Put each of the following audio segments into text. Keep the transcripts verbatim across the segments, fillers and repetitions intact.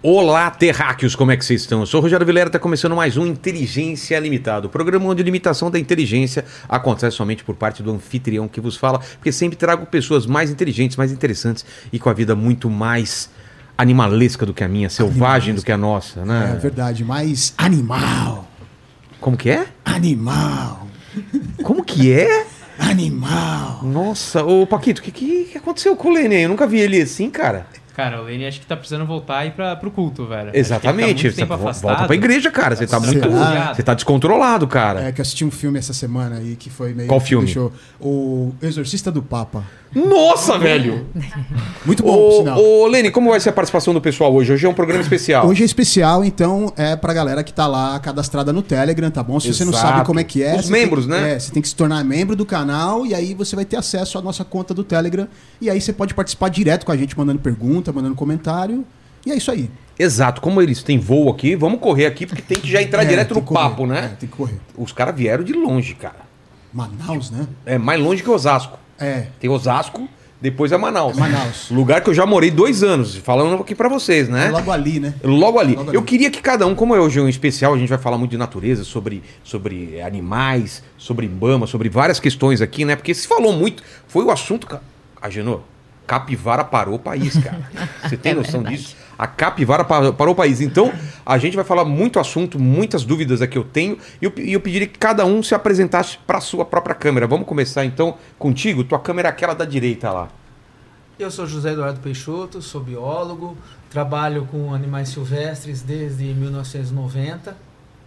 Olá, terráqueos, como é que vocês estão? Eu sou o Rogério Vilera, está começando mais um Inteligência Limitada, o programa onde a limitação da inteligência acontece somente por parte do anfitrião que vos fala, porque sempre trago pessoas mais inteligentes, mais interessantes e com a vida muito mais animalesca do que a minha, selvagem do que a nossa, né? É verdade, mais animal. Como que é? Animal. Como que é? Animal. Nossa, ô Paquito, o que, que aconteceu com o Lene aí? Eu nunca vi ele assim, cara. Cara, o Lene acho que tá precisando voltar aí pra, pro culto, velho. Exatamente. Acho que ele tá muito tempo Você afastado. volta pra igreja, cara. Você tá Será? muito. Você tá descontrolado, cara. É que eu assisti um filme essa semana aí que foi meio. Qual que filme? Deixou o Exorcista do Papa. Nossa, velho! Muito bom, por sinal. Ô, ô, Lene, como vai ser a participação do pessoal hoje? Hoje é um programa especial. Hoje é especial, então é pra galera que tá lá cadastrada no Telegram, tá bom? Se você não Exato. sabe como é que é... Os você membros, tem, né? É, você tem que se tornar membro do canal e aí você vai ter acesso à nossa conta do Telegram. E aí você pode participar direto com a gente, mandando pergunta, mandando comentário. E é isso aí. Exato. Como eles têm voo aqui, vamos correr aqui, porque tem que já entrar É, direto tem no que correr. papo, né? É, tem que correr. Os caras vieram de longe, cara. Manaus, né? É mais longe que Osasco. É. Tem Osasco, depois é Manaus. É Manaus. Lugar que eu já morei dois anos, falando aqui pra vocês, né? É logo ali, né? Logo ali. Logo ali. Eu queria que cada um, como é hoje um especial, a gente vai falar muito de natureza, sobre, sobre animais, sobre Ibama, sobre várias questões aqui, né? Porque se falou muito, foi o assunto... ca- Agenor, capivara parou o país, cara. Você tem É noção verdade. disso? A capivara pa- parou o país. Então, a gente vai falar muito assunto, muitas dúvidas aqui eu tenho, e eu, e eu pediria que cada um se apresentasse para sua própria câmera. Vamos começar então contigo. Tua câmera é aquela da direita lá. Eu sou José Eduardo Peixoto, sou biólogo, trabalho com animais silvestres desde mil novecentos e noventa.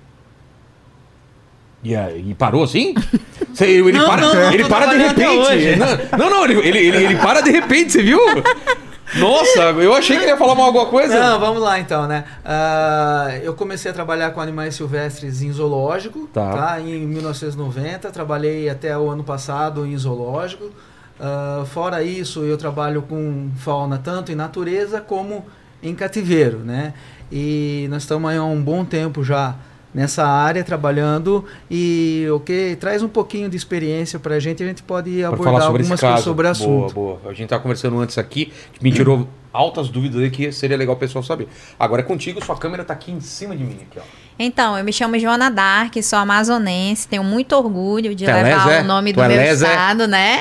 E, aí, e parou assim? Cê- Ele, Não, para, não, não, ele tô para de trabalhando até repente. hoje. Não, não, não, ele, ele, ele, ele para de repente, você viu? Nossa, eu achei que ele ia falar mal alguma coisa. Não, vamos lá então, né? Ah, eu comecei a trabalhar com animais silvestres em zoológico, Tá. tá? Em mil novecentos e noventa, trabalhei até o ano passado em zoológico. Ah, fora isso, eu trabalho com fauna tanto em natureza como em cativeiro, né? E nós estamos aí há um bom tempo já nessa área trabalhando e o que traz um pouquinho de experiência pra gente, a gente pode Pra abordar falar sobre esse algumas coisas caso. sobre o assunto. Boa, boa. A gente tava conversando antes aqui, que me tirou altas dúvidas aí que seria legal o pessoal saber. Agora é contigo, sua câmera tá aqui em cima de mim, aqui, ó. Então, eu me chamo Joana Dark, sou amazonense, tenho muito orgulho de Tu é levar lesa, é? o nome Tu do é meu lesa, é? estado, né?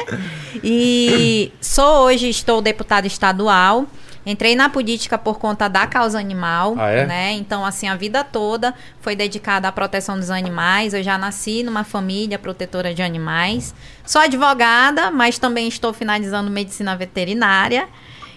E sou hoje, estou deputada estadual. Entrei na política por conta da causa animal, Ah, é? né? Então, assim, a vida toda foi dedicada à proteção dos animais. Eu já nasci numa família protetora de animais. Sou advogada, mas também estou finalizando medicina veterinária.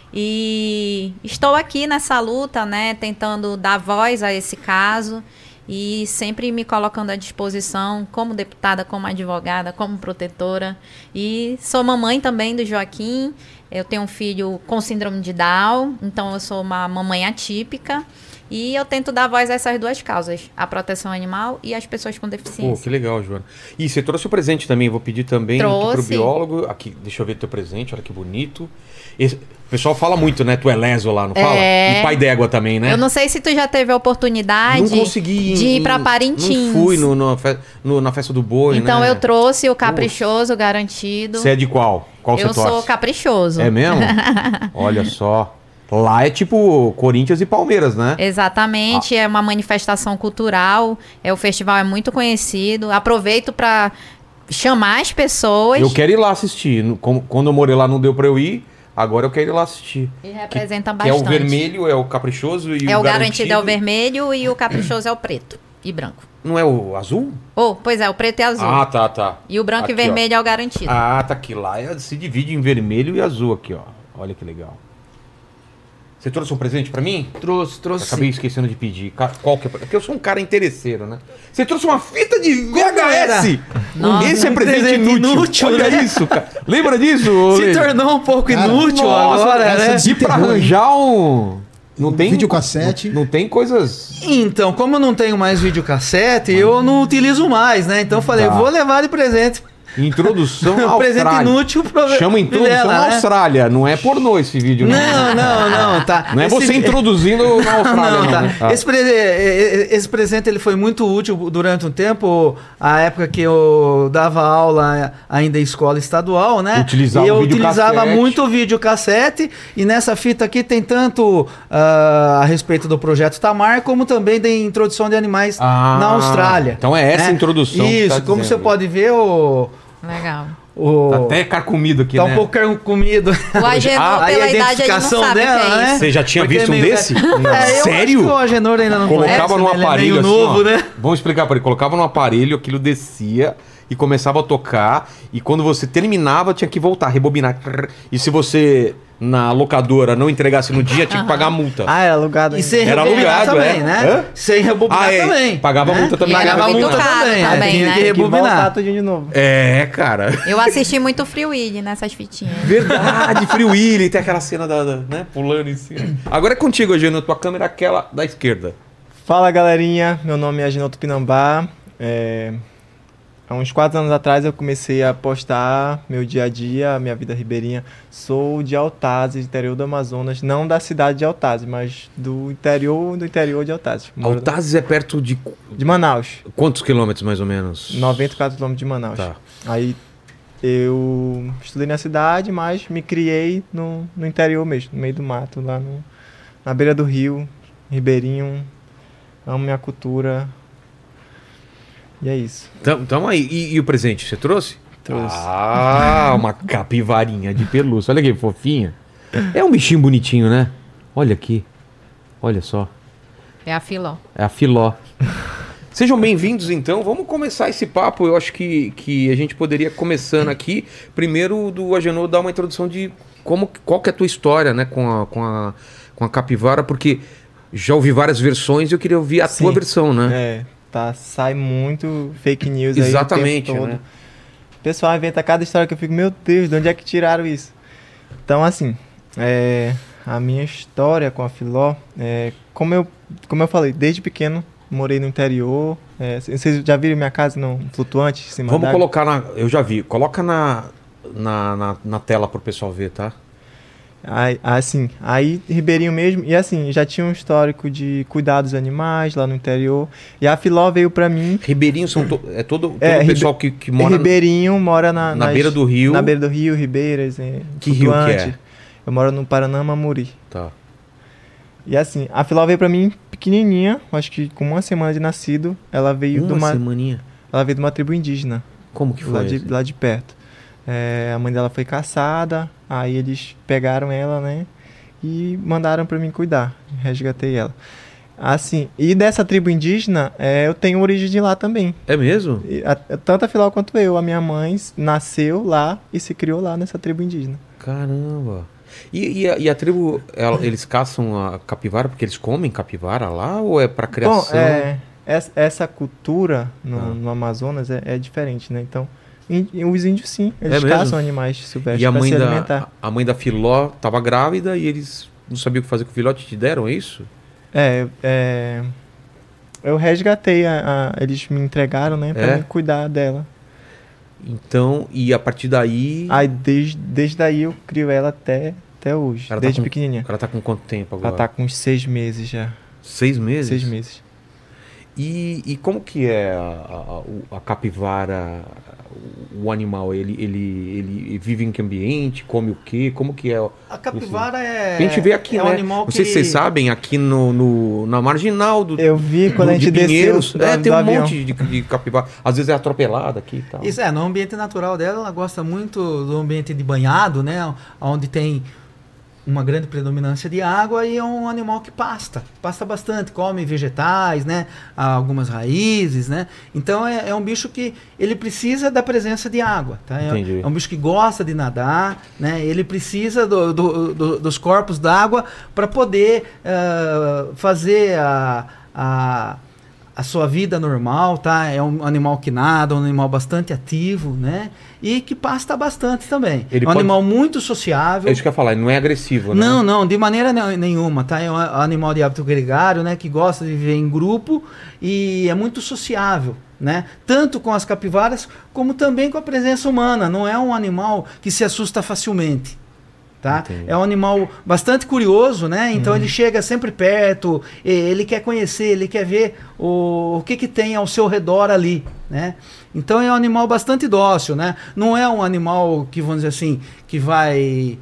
E estou aqui nessa luta, né? Tentando dar voz a esse caso e sempre me colocando à disposição como deputada, como advogada, como protetora. E sou mamãe também do Joaquim. Eu tenho um filho com síndrome de Down, então eu sou uma mamãe atípica. E eu tento dar voz a essas duas causas, a proteção animal e as pessoas com Pô, deficiência. que legal, Joana. E você trouxe o presente também, vou pedir também aqui pro Trouxe. biólogo. Aqui, deixa eu ver teu presente, olha que bonito. Esse- o pessoal fala muito, né? Tu é leso lá, não fala? É. E pai d'égua também, né? Eu não sei se tu já teve a oportunidade Não consegui de ir pra não- Parintins. Não fui no, no, fe- no- na festa do boi, Então né? eu trouxe o caprichoso garantido. Você é de qual? Qual Eu você torce? sou caprichoso. É mesmo? Olha só. Lá é tipo Corinthians e Palmeiras, né? Exatamente, é uma manifestação cultural. É, o festival é muito conhecido. Aproveito para chamar as pessoas. Eu quero ir lá assistir. No- como- Quando eu morei lá não deu pra eu ir. Agora eu quero ir lá assistir. E representa Que é bastante. o vermelho, é o caprichoso e É o o garantido garantido é o vermelho e o caprichoso é o preto e branco. Não é o azul? Oh, pois é, o preto e azul. Ah, tá, tá. E o branco Aqui, e vermelho é o garantido. Ah, tá aqui. Lá é- se divide em vermelho e azul aqui, ó. Olha que legal. Você trouxe um presente pra mim? Trouxe, trouxe Acabei sim. esquecendo de pedir. Ca- Qual que é? Porque eu sou um cara interesseiro, né? Você trouxe uma fita de V H S! Nossa, Esse é um presente presente inútil. inútil, Olha né? isso, cara. Lembra disso? Se Lene? tornou um pouco Cara, inútil Nossa, agora, essa né? de- E pra arranjar um... Não tem... Videocassete. Não, não tem coisas... Então, como eu não tenho mais videocassete, eu não utilizo mais, né? Então eu falei, Tá. vou levar de presente Introdução à Um presente Austrália. inútil pro Chama Introdução Vilela, à né? Austrália. Não é pornô esse vídeo, né? Não, não, não, tá. Não é Esse- você introduzindo na Austrália, Não, não. tá. né? Ah. Esse, pre- esse presente ele foi muito útil durante um tempo, a época que eu dava aula ainda em escola estadual, né? Utilizava e eu o videocassete. utilizava muito o videocassete, e nessa fita aqui tem tanto ah, a respeito do projeto Tamar, como também da introdução de animais Ah, na Austrália. então é essa né? introdução que Isso, tá como dizendo. você pode ver, o... Legal. o Tá até carcomido aqui, tá né? um pouco comido. O Agenor, Ah, aí pela a idade, ele não identificação sabe dela, o que é né? isso. Você já tinha Porque visto é um meio- desse? É, eu Sério? acho que o Agenor ainda não Colocava conhece, no né? Ele é aparelho meio assim, novo, ó. né? Vamos explicar para ele. Colocava no aparelho, aquilo descia e começava a tocar. E quando você terminava, tinha que voltar, rebobinar. E se você, na locadora, não entregasse no dia, tinha que pagar a multa. Ah, era alugado E ainda. sem Era rebobinar alugado, também, é. né? Hã? Sem rebobinar Ah, é. também. Pagava né? multa também. E Pagava Era multa educado também, também, é, tinha né? que Tem que voltar rebobinar. tudinho de novo. É, cara. Eu assisti muito Free Willy nessas fitinhas. Verdade, Free Willy, tem aquela cena da, da- né, pulando em cima. Agora é contigo, Eugênio, tua câmera é aquela da esquerda. Fala, galerinha. Meu nome é Aginoto Pinambá. É, Há uns quatro anos atrás eu comecei a postar meu dia a dia, minha vida ribeirinha. Sou de Altazes, interior do Amazonas. Não da cidade de Altazes, mas do interior do interior de Altazes. Moro Altazes é perto de De Manaus. quantos quilômetros, mais ou menos? noventa e quatro quilômetros de Manaus. Tá. Aí eu estudei na cidade, mas me criei no, no interior mesmo, no meio do mato, lá no, na beira do rio, ribeirinho. Amo minha cultura. E é isso. Então, então aí, e, e o presente, você trouxe? Trouxe. Ah, uma capivarinha de pelúcia. Olha que fofinha. É um bichinho bonitinho, né? Olha aqui. Olha só. É a Filó. É a Filó. Sejam bem-vindos, então. Vamos começar esse papo. Eu acho que, que a gente poderia, começando aqui, primeiro do Agenor dar uma introdução de como, qual que é a tua história, né, com a, com a, com a capivara, porque já ouvi várias versões e eu queria ouvir a Sim. tua versão, né? É, tá, sai muito fake news aí Exatamente, o tempo todo. né? O pessoal inventa cada história que eu fico, meu Deus, de onde é que tiraram isso? Então, assim, é, a minha história com a Filó, é, como, eu, como eu falei, desde pequeno, morei no interior. É, vocês já viram minha casa não, flutuante? Em cima Vamos d'água? colocar na... Eu já vi. Coloca na, na, na, na tela pro pessoal ver, tá? Aí, assim, aí Ribeirinho mesmo, e assim, já tinha um histórico de cuidar dos animais lá no interior. E a Filó veio pra mim. Ribeirinho são to... é todo, todo É, o Ribe- pessoal que, que mora... Ribeirinho mora na, na nas- beira do rio. Na beira do rio, Ribeiras. É, Que rio que flutuante. é? Eu moro no Paranamamuri. Tá. E assim, a Filó veio pra mim pequenininha, acho que com uma semana de nascido. Ela veio, de Uma uma, semaninha. ela veio de uma tribo indígena, Como que lá foi? de, esse? lá de perto. É, a mãe dela foi caçada, aí eles pegaram ela, né? E mandaram pra mim cuidar. Resgatei ela. Assim, e dessa tribo indígena, é, eu tenho origem de lá também. É mesmo? E a- tanto a Filó quanto eu. A minha mãe nasceu lá e se criou lá nessa tribo indígena. Caramba. E, e, a, e a tribo, ela- eles caçam a capivara porque eles comem capivara lá ou é pra criação? Bom, é, essa, essa cultura no, Ah. no Amazonas é, é diferente, né? Então, in- os índios sim, eles É mesmo? caçam animais silvestres E a para mãe, se da, alimentar. a mãe da Filó tava grávida e eles não sabiam o que fazer com o filhote, te deram é isso? É, é, eu resgatei, a, a- eles me entregaram, né, pra É? mim cuidar dela. Então, e a partir daí... Aí, desde, desde aí eu crio ela até, até hoje, Ela tá desde com- pequenininha. Ela tá com quanto tempo agora? Ela tá com uns seis meses já, Seis meses? seis meses. E, e como que é a, a- o- a capivara, o, o animal? Ele, ele, ele vive em que ambiente? Come o quê? Como que é? A capivara é. A gente vê aqui, é né? um animal Não que. sei se vocês sabem, aqui no, no- na marginal do, Eu vi quando do- a gente de desceu Pinheiros. do, É, do tem um avião. monte de, de capivara. Às vezes é atropelada aqui e tal. Isso é, no ambiente natural dela, ela gosta muito do ambiente de banhado, né? Onde tem uma grande predominância de água e é um animal que pasta. Pasta bastante, come vegetais, né? Algumas raízes, né? Então é, é um bicho que ele precisa da presença de água, tá? É, Entendi. é um bicho que gosta de nadar, né? Ele precisa do- do- do- dos corpos d'água para poder ah, fazer a, a a sua vida normal, tá? É um animal que nada, um animal bastante ativo, né? E que pasta bastante também. Ele é um pode- animal muito sociável. É isso que eu ia falar, ele não é agressivo, né? Não, não, de maneira ne- nenhuma, tá? É um animal de hábito gregário, né? Que gosta de viver em grupo e é muito sociável, né? Tanto com as capivaras, como também com a presença humana. Não é um animal que se assusta facilmente, tá? Entendi. É um animal bastante curioso, né? Então ele chega sempre perto, e- ele quer conhecer, ele quer ver o, o que que tem ao seu redor ali, né? Então é um animal bastante dócil, né? Não é um animal que, vamos dizer assim, que vai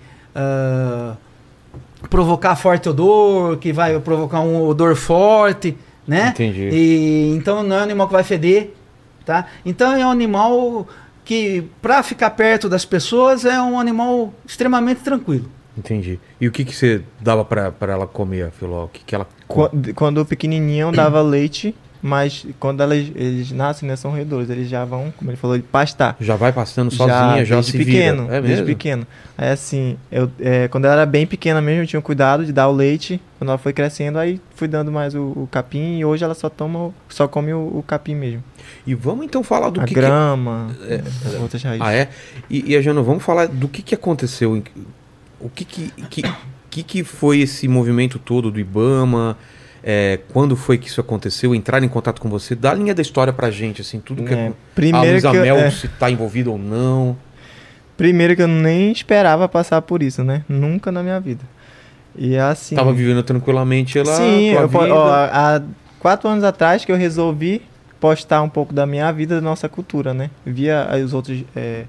ah, provocar forte odor, que vai provocar um odor forte, né? Entendi. E, então não é um animal que vai feder, tá? Então é um animal que, para ficar perto das pessoas, é um animal extremamente tranquilo. Entendi. E o que, que você dava pra, pra ela comer, a Filó? O que, que ela... Quando, quando pequenininho dava leite, mas quando elas, eles nascem, né, são roedores, eles já vão, como ele falou, de pastar. Já vai pastando sozinha, já, desde se pequeno, vira. É desde mesmo? pequeno. Aí assim, eu, é, quando ela era bem pequena mesmo, eu tinha cuidado de dar o leite. Quando ela foi crescendo, aí fui dando mais o, o capim e hoje ela só toma, só come o, o capim mesmo. E vamos então falar do a que... que- grama, outras raízes. Ah, é? E, e a Jana, vamos falar do que, que aconteceu. em- O que que, que, que que foi esse movimento todo do Ibama? É, quando foi que isso aconteceu? Entrar em contato com você? Dá a linha da história pra gente, assim, tudo que... É, a primeiro Luísa que eu- Mel, é. se tá envolvida ou não. Primeiro que eu nem esperava passar por isso, né? Nunca na minha vida. E assim... Tava vivendo tranquilamente lá Sim, com a eu po- vida. ó, há quatro anos atrás que eu resolvi postar um pouco da minha vida, da nossa cultura, né? Via os outros é,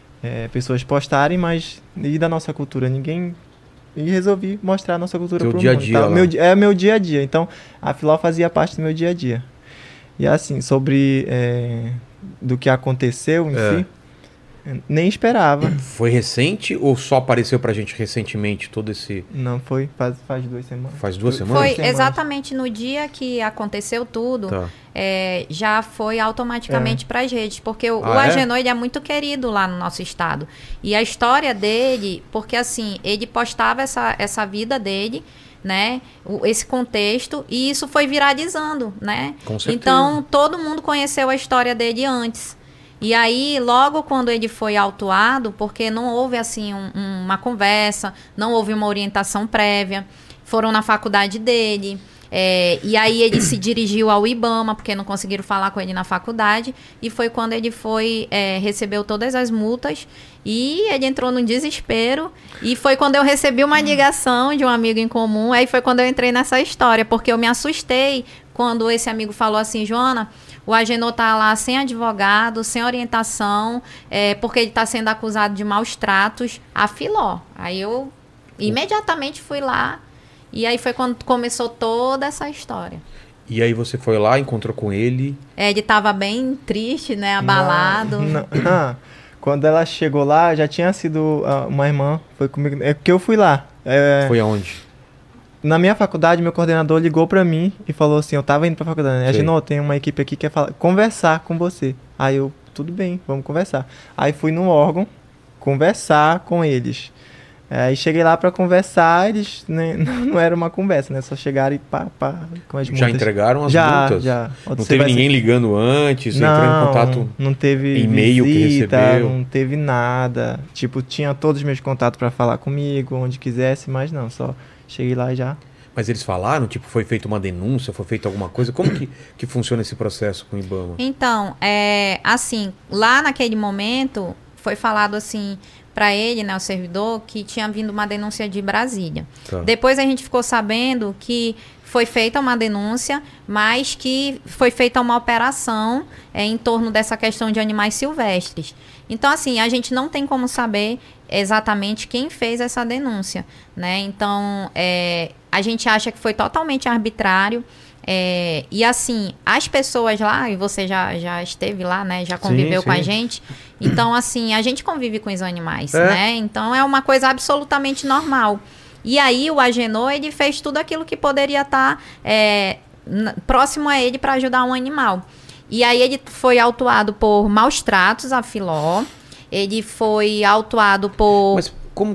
é, pessoas postarem, mas e da nossa cultura? Ninguém... E resolvi mostrar a nossa cultura Teu pro dia a mundo. dia tá? lá. Meu, di- é meu dia a dia. Então, a Filó fazia parte do meu dia a dia. E assim, sobre é, do que aconteceu em É. si, nem esperava. Foi recente ou só apareceu pra gente recentemente todo esse... Não foi, faz, faz duas semanas. Faz duas semanas? Foi semanas. exatamente no dia que aconteceu tudo, Tá. é, já foi automaticamente para as redes, porque o, Ah, o é? Agenor ele é muito querido lá no nosso estado. E a história dele, porque assim, ele postava essa, essa vida dele, né, o- esse contexto, e isso foi viralizando, né? Com certeza. Então, todo mundo conheceu a história dele antes. E aí, logo quando ele foi autuado, porque não houve assim um- um- uma conversa, não houve uma orientação prévia, foram na faculdade dele, é, e aí ele se dirigiu ao Ibama, porque não conseguiram falar com ele na faculdade, e foi quando ele foi, é, recebeu todas as multas, e ele entrou num desespero, e foi quando eu recebi uma ligação de um amigo em comum, aí foi quando eu entrei nessa história, porque eu me assustei quando esse amigo falou assim, Joana, o Agenor tá lá sem advogado, sem orientação, é, porque ele está sendo acusado de maus tratos a Filó. Aí eu imediatamente fui lá, e aí foi quando começou toda essa história. E aí você foi lá, encontrou com ele. É, ele estava bem triste, né, abalado. Não, não. Quando ela chegou lá, já tinha sido ah, uma irmã, foi comigo. É porque eu fui lá. É, Foi aonde? Na minha faculdade, meu coordenador ligou pra mim e falou assim: eu tava indo pra faculdade, né? Sei. Agenor, tem uma equipe aqui que quer falar, conversar com você. Aí eu, tudo bem, vamos conversar. Aí fui no órgão conversar com eles. Aí cheguei lá pra conversar, eles né, não era uma conversa, né? Só chegaram e pá, pá, com as multas. Já entregaram as já, multas? Já, Não Você teve vai ser- ninguém ligando antes, entrando em contato... não teve e-mail que visita, recebeu? não teve nada. Tipo, tinha todos os meus contatos pra falar comigo, onde quisesse, mas não, só cheguei lá e já. Mas eles falaram, tipo, foi feita uma denúncia, foi feita alguma coisa? Como que, que funciona esse processo com o Ibama? Então, é, assim, lá naquele momento, foi falado assim para ele, né, o servidor, que tinha vindo uma denúncia de Brasília. Tá. Depois a gente ficou sabendo que foi feita uma denúncia, mas que foi feita uma operação é, em torno dessa questão de animais silvestres. Então, assim, a gente não tem como saber exatamente quem fez essa denúncia, né? Então, é, a gente acha que foi totalmente arbitrário. É, e assim, as pessoas lá, e você já, já esteve lá, né? Já conviveu Sim, com a sim. gente. Então, assim, a gente convive com os animais, É. né? Então, é uma coisa absolutamente normal. E aí, o Agenor, ele fez tudo aquilo que poderia estar é, n- próximo a ele para ajudar um animal. E aí, ele foi autuado por maus tratos a Filó. Ele foi autuado por... Mas como que...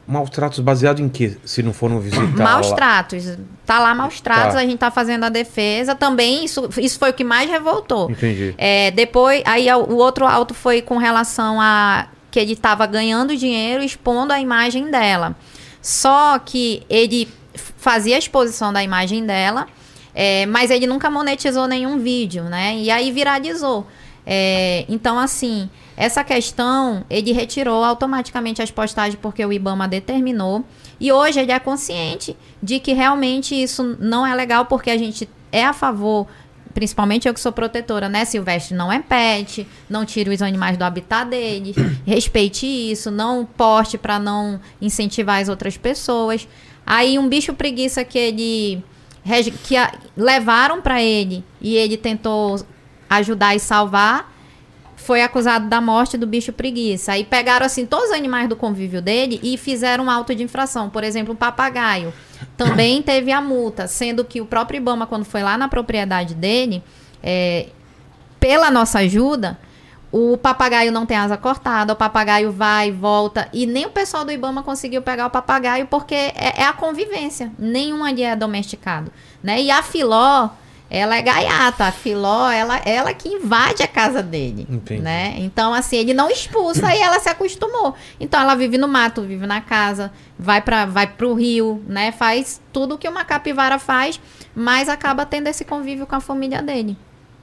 Maus tratos baseado em quê? Se não foram visitar Maus lá? tratos. Tá lá maus tratos, Tá. a gente tá fazendo a defesa. Também, isso, isso foi o que mais revoltou. Entendi. É, depois, aí o outro auto foi com relação a que ele estava ganhando dinheiro expondo a imagem dela. Só que ele fazia a exposição da imagem dela, é, mas ele nunca monetizou nenhum vídeo, né? E aí viralizou. É, então, assim, essa questão, ele retirou automaticamente as postagens porque o IBAMA determinou. E hoje ele é consciente de que realmente isso não é legal, porque a gente é a favor, principalmente eu que sou protetora, né, Silvestre? Não é pet, não tire os animais do habitat deles, respeite isso, não poste para não incentivar as outras pessoas. Aí um bicho preguiça que ele que a, levaram para ele e ele tentou ajudar e salvar, foi acusado da morte do bicho preguiça. Aí pegaram, assim, todos os animais do convívio dele e fizeram um auto de infração. Por exemplo, o papagaio também teve a multa, sendo que o próprio IBAMA, quando foi lá na propriedade dele, é, pela nossa ajuda, o papagaio não tem asa cortada, o papagaio vai e volta, e nem o pessoal do IBAMA conseguiu pegar o papagaio, porque é, é a convivência. Nenhum ali é domesticado, né? E a filó, ela é gaiata, a filó, ela, ela que invade a casa dele. Entendi. Né? Então, assim, ele não expulsa e ela se acostumou. Então, ela vive no mato, vive na casa, vai para vai pro rio, né? Faz tudo o que uma capivara faz, mas acaba tendo esse convívio com a família dele.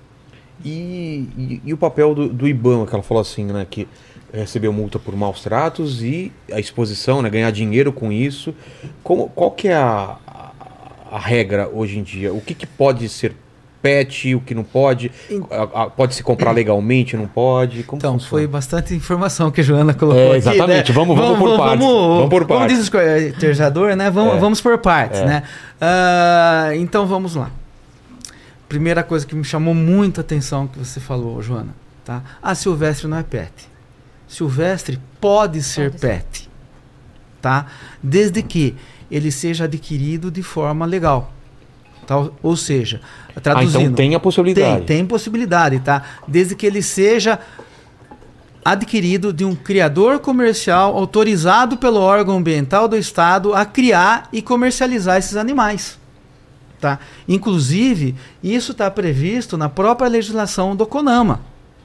E, e, e o papel do, do IBAMA, que ela falou assim, né? Que recebeu multa por maus tratos e a exposição, né? Ganhar dinheiro com isso. Como, qual que é a... a regra hoje em dia? O que, que pode ser pet, o que não pode? A, a, pode se comprar legalmente, não pode? Como Então, funciona? foi bastante informação que a Joana colocou É, aqui, exatamente. né? Vamos- vamos por partes. Vamos, Vamos por Como partes. diz o esquartejador, né? Vamos, É. vamos por partes, É. né? Ah, então, vamos lá. Primeira coisa que me chamou muito a atenção que você falou, Joana, tá? Ah, Silvestre não é pet. Silvestre pode ser Pode ser. pet, tá? Desde que ele seja adquirido de forma legal. Tá? Ou seja, Ah, traduzindo... então tem a possibilidade. Tem, tem possibilidade, tá? Desde que ele seja adquirido de um criador comercial autorizado pelo órgão ambiental do estado a criar e comercializar esses animais, tá? Inclusive, isso está previsto na própria legislação do CONAMA.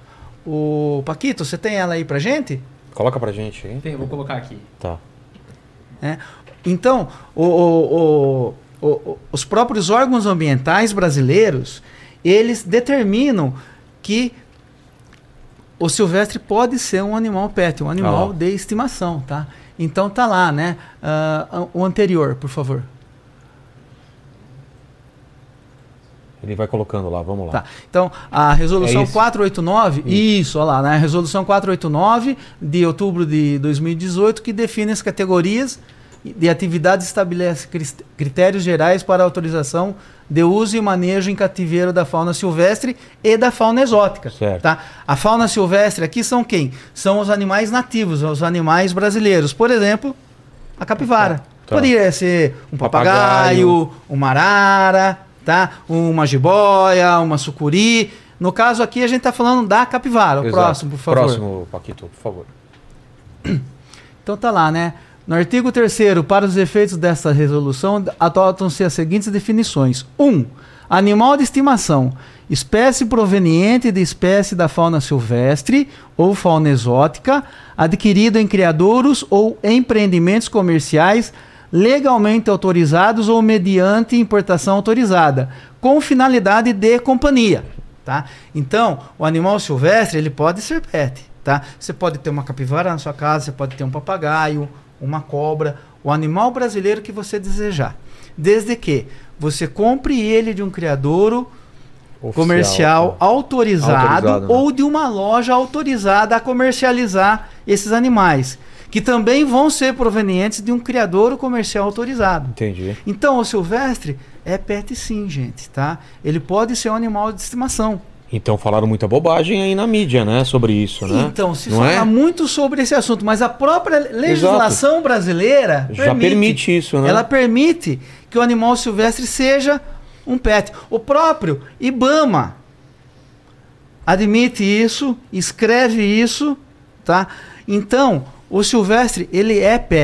O Paquito, você tem ela aí pra gente? Coloca pra gente aí. Tem, vou colocar aqui. Tá. Então, o- o- o- o- o- os próprios órgãos ambientais brasileiros, eles determinam que o silvestre pode ser um animal pet, um animal Ah. de estimação, tá? Então tá lá, né? Ah, o anterior, por favor. Ele vai colocando lá, vamos lá. Tá. Então, a resolução É isso? quatrocentos e oitenta e nove, isso, olha lá, né? A resolução quatrocentos e oitenta e nove de outubro de dois mil e dezoito, que define as categorias de atividades e estabelece cris- critérios gerais para a autorização de uso e manejo em cativeiro da fauna silvestre e da fauna exótica. Certo. Tá? A fauna silvestre aqui são quem? São os animais nativos, os animais brasileiros. Por exemplo, a capivara. Tá. Poderia ser um Papagaio. papagaio, uma arara, tá? Uma jiboia, uma sucuri. No caso aqui a gente está falando da capivara. O Exato. próximo, por favor. Próximo, Paquito, por favor. Então tá lá, né? No artigo terceiro, para os efeitos desta resolução, adotam-se as seguintes definições. um. Animal de estimação. Espécie proveniente de espécie da fauna silvestre ou fauna exótica, adquirido em criadouros ou empreendimentos comerciais legalmente autorizados ou mediante importação autorizada, com finalidade de companhia, tá? Então, o animal silvestre, ele pode ser pet, tá? Você pode ter uma capivara na sua casa, você pode ter um papagaio, uma cobra, o animal brasileiro que você desejar, desde que você compre ele de um criadouro Oficial, comercial tá. autorizado, Autorizado, né? ou de uma loja autorizada a comercializar esses animais, que também vão ser provenientes de um criadouro comercial autorizado. Entendi. Então, o silvestre é pet sim, gente, tá? Ele pode ser um animal de estimação. Então falaram muita bobagem aí na mídia, né? Sobre isso, né? Então, se Não fala é? muito sobre esse assunto, mas a própria legislação brasileira Já permite isso, né? Ela permite que o animal silvestre seja um pet. O próprio IBAMA admite isso, escreve isso, tá? Então, o silvestre, ele é pet.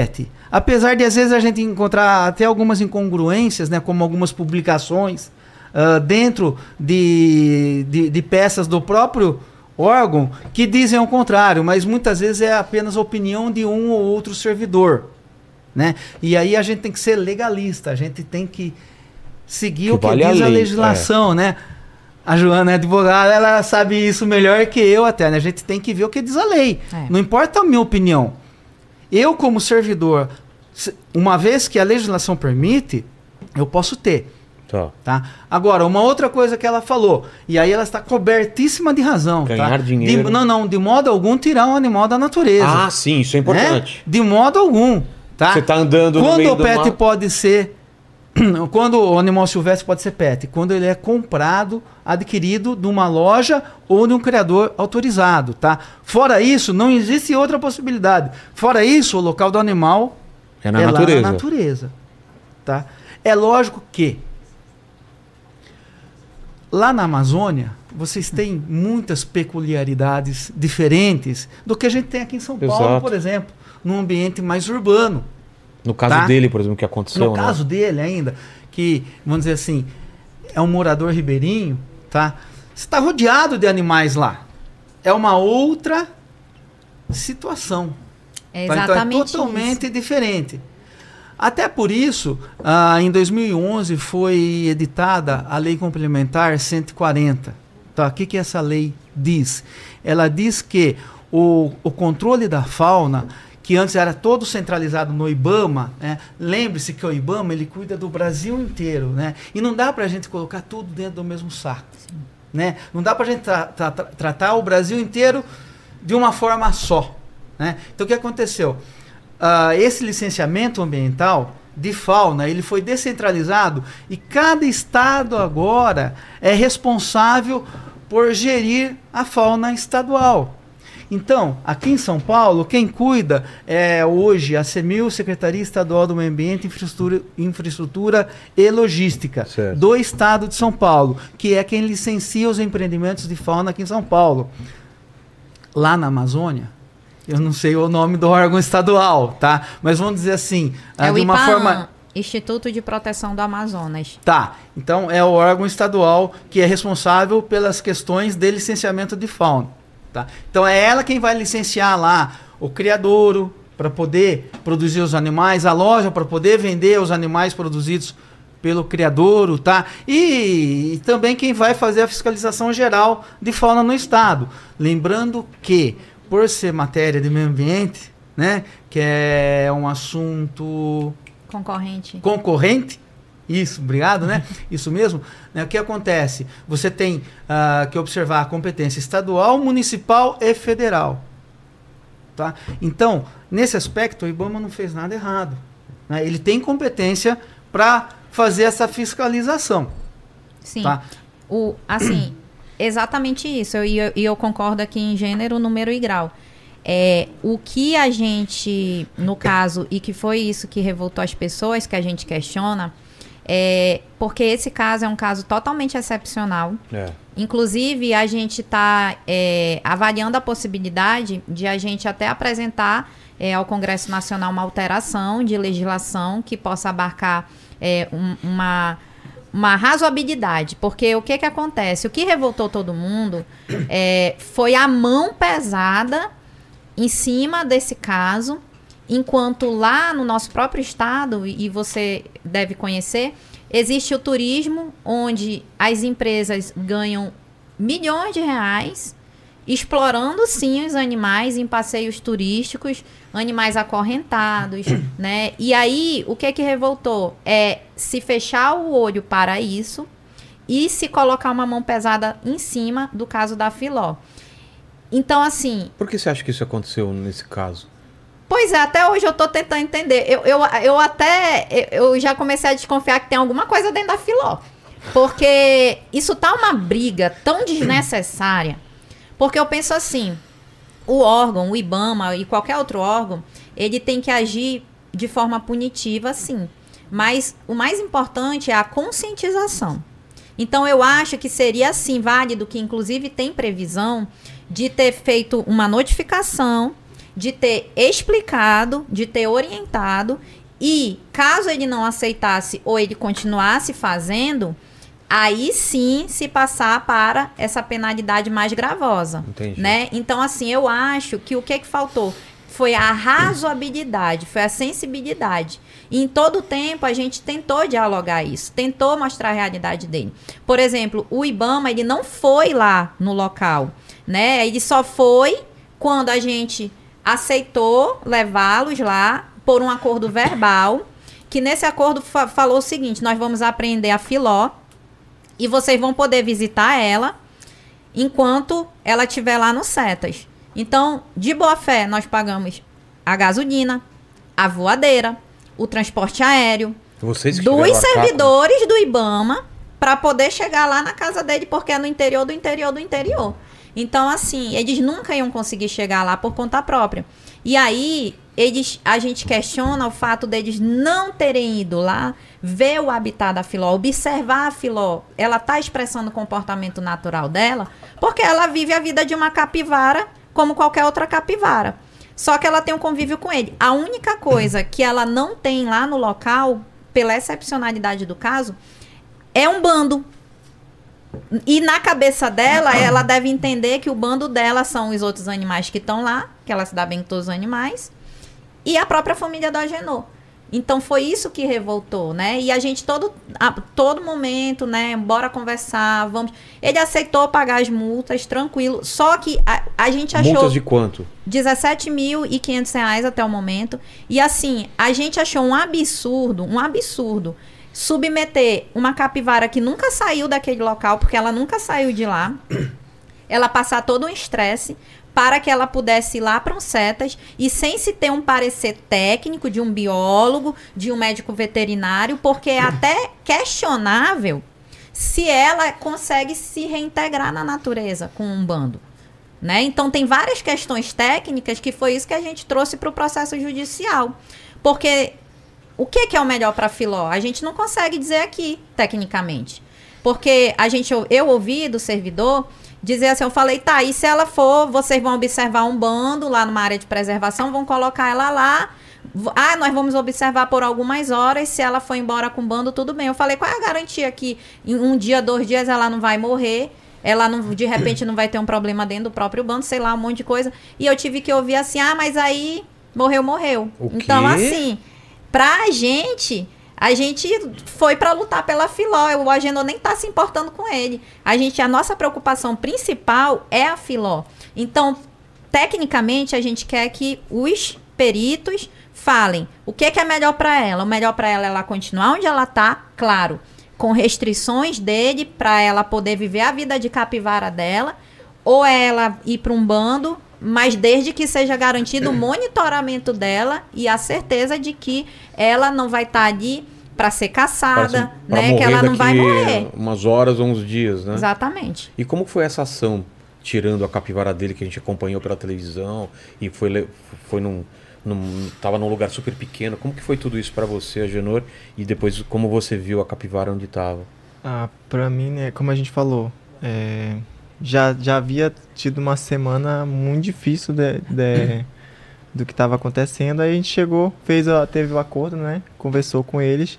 Apesar de, às vezes, a gente encontrar até algumas incongruências, né, como algumas publicações uh, dentro de, de, de peças do próprio órgão que dizem ao contrário, mas muitas vezes é apenas a opinião de um ou outro servidor, né? E aí a gente tem que ser legalista, a gente tem que seguir Que o que vale a diz a, lei, legislação, né? A Joana é advogada, ela sabe isso melhor que eu até, né? A gente tem que ver o que diz a lei. É. Não importa a minha opinião. Eu, como servidor, se- uma vez que a legislação permite, eu posso ter. Tá. Tá? Agora, uma outra coisa que ela falou, e aí ela está cobertíssima de razão. Ganhar tá? dinheiro. De- não, não, de modo algum tirar um animal da natureza. Ah, sim, isso é importante. Né? De modo algum. Tá? Você tá andando no Quando meio o do pet mato. pode ser. Quando o animal silvestre pode ser pet? Quando ele é comprado, adquirido de uma loja ou de um criador autorizado. Tá? Fora isso, não existe outra possibilidade. Fora isso, o local do animal É na é natureza. lá na natureza. Tá? É lógico que lá na Amazônia, vocês têm muitas peculiaridades diferentes do que a gente tem aqui em São Paulo, Exato. por exemplo, num ambiente mais urbano. No caso Tá? dele, por exemplo, que aconteceu. No né? caso dele ainda, que, vamos dizer assim, é um morador ribeirinho, tá? Você está rodeado de animais lá. É uma outra situação. É Tá? Então é exatamente totalmente isso. diferente. Até por isso, ah, em dois mil e onze foi editada a Lei Complementar cento e quarenta. Tá? O que, que essa lei diz? Ela diz que o, o controle da fauna, que antes era todo centralizado no IBAMA, né? Lembre-se que o IBAMA ele cuida do Brasil inteiro, né? E não dá para a gente colocar tudo dentro do mesmo saco. Né? Não dá para a gente tra tra tra tratar o Brasil inteiro de uma forma só. Né? Então o que aconteceu? Uh, esse licenciamento ambiental de fauna ele foi descentralizado e cada estado agora é responsável por gerir a fauna estadual. Então, aqui em São Paulo, quem cuida é hoje a CEMIL, Secretaria Estadual do Meio Ambiente, Infraestrutura, Infraestrutura e Logística, Certo. do Estado de São Paulo, que é quem licencia os empreendimentos de fauna aqui em São Paulo. Lá na Amazônia, eu não sei o nome do órgão estadual, tá? Mas vamos dizer assim, ah, É o de uma IPAAM, forma... Instituto de Proteção do Amazonas. Tá, então é o órgão estadual que é responsável pelas questões de licenciamento de fauna. Tá? Então é ela quem vai licenciar lá o criadouro para poder produzir os animais, a loja para poder vender os animais produzidos pelo criadouro, tá? E, e também quem vai fazer a fiscalização geral de fauna no estado. Lembrando que, por ser matéria de meio ambiente, né, que é um assunto Concorrente. concorrente, isso, obrigado, né? Isso mesmo. Né? O que acontece? Você tem ah, que observar a competência estadual, municipal e federal. Tá? Então, nesse aspecto, o IBAMA não fez nada errado. Né? Ele tem competência para fazer essa fiscalização. Sim. Tá? O, assim, exatamente isso. E eu, e eu concordo aqui em gênero, número e grau. É, o que a gente, no caso, e que foi isso que revoltou as pessoas, que a gente questiona, é porque esse caso é um caso totalmente excepcional. É. Inclusive, a gente está é, avaliando a possibilidade de a gente até apresentar é, ao Congresso Nacional uma alteração de legislação que possa abarcar é, um, uma, uma razoabilidade. Porque o que, que acontece? O que revoltou todo mundo é, foi a mão pesada em cima desse caso, enquanto lá no nosso próprio estado, e você deve conhecer, existe o turismo, onde as empresas ganham milhões de reais, explorando sim os animais em passeios turísticos, animais acorrentados, né? E aí, o que que revoltou? É se fechar o olho para isso e se colocar uma mão pesada em cima do caso da Filó. Então, assim... Por que você acha que isso aconteceu nesse caso? Pois é, até hoje eu tô tentando entender. Eu, eu, eu até... Eu já comecei a desconfiar que tem alguma coisa dentro da Filó. Porque isso tá uma briga tão desnecessária. Porque eu penso assim... O órgão, o IBAMA e qualquer outro órgão, ele tem que agir de forma punitiva, sim. Mas o mais importante é a conscientização. Então, eu acho que seria, sim, válido, que inclusive tem previsão de ter feito uma notificação de ter explicado, de ter orientado, e caso ele não aceitasse ou ele continuasse fazendo, aí sim se passar para essa penalidade mais gravosa. Entendi. Né? Então, assim, eu acho que o que, que faltou foi a razoabilidade, foi a sensibilidade. E em todo o tempo a gente tentou dialogar isso, tentou mostrar a realidade dele. Por exemplo, o IBAMA, ele não foi lá no local, né? Ele só foi quando a gente aceitou levá-los lá por um acordo verbal, que nesse acordo fa- falou o seguinte: nós vamos aprender a Filó e vocês vão poder visitar ela enquanto ela estiver lá no Setas. Então, de boa fé, nós pagamos a gasolina, a voadeira, o transporte aéreo, Vocês que dos tiveram a capa, servidores do IBAMA para poder chegar lá na casa dele, porque é no interior do interior do interior. Então, assim, eles nunca iam conseguir chegar lá por conta própria. E aí, eles, a gente questiona o fato deles não terem ido lá ver o habitat da Filó, observar a Filó. Ela está expressando o comportamento natural dela, porque ela vive a vida de uma capivara como qualquer outra capivara. Só que ela tem um convívio com ele. A única coisa que ela não tem lá no local, pela excepcionalidade do caso, é um bando. E na cabeça dela, ela deve entender que o bando dela são os outros animais que estão lá, que ela se dá bem com todos os animais, e a própria família do Agenor. Então foi isso que revoltou, né? E a gente todo, a todo momento, né? Bora conversar, vamos... Ele aceitou pagar as multas, tranquilo. Só que a, a gente achou... Multas de quanto? dezessete mil e quinhentos reais até o momento. E assim, a gente achou um absurdo, um absurdo, submeter uma capivara que nunca saiu daquele local, porque ela nunca saiu de lá, ela passar todo um estresse para que ela pudesse ir lá para um Setas e sem se ter um parecer técnico de um biólogo, de um médico veterinário, porque é até questionável se ela consegue se reintegrar na natureza com um bando. Né? Então, tem várias questões técnicas que foi isso que a gente trouxe para o processo judicial. Porque o que, que é o melhor para a Filó? A gente não consegue dizer aqui, tecnicamente. Porque a gente, eu ouvi do servidor dizer assim, eu falei, tá, e se ela for, vocês vão observar um bando lá numa área de preservação, vão colocar ela lá, ah, nós vamos observar por algumas horas, se ela for embora com o bando, tudo bem. Eu falei, qual é a garantia que em um dia, dois dias ela não vai morrer, ela não, de repente não vai ter um problema dentro do próprio bando, sei lá, um monte de coisa. E eu tive que ouvir assim, ah, mas aí morreu, morreu. O quê? Então, assim, pra gente... A gente foi para lutar pela Filó, o Agenor nem tá se importando com ele. A gente, a nossa preocupação principal é a Filó. Então, tecnicamente, a gente quer que os peritos falem o que, que é melhor para ela. O melhor para ela é ela continuar onde ela tá, claro, com restrições dele para ela poder viver a vida de capivara dela, ou é ela ir para um bando, mas desde que seja garantido o monitoramento dela e a certeza de que ela não vai estar tá ali para ser caçada, pra, pra né? Que ela não vai morrer. Umas horas ou uns dias, né? Exatamente. E como foi essa ação, tirando a capivara dele que a gente acompanhou pela televisão e foi, foi num, num, tava num lugar super pequeno? Como que foi tudo isso para você, Agenor? E depois como você viu a capivara onde estava? Ah, pra mim, né, como a gente falou, é... Já, já havia tido uma semana muito difícil de, de, do que estava acontecendo. Aí a gente chegou, fez, teve o acordo, né? Conversou com eles.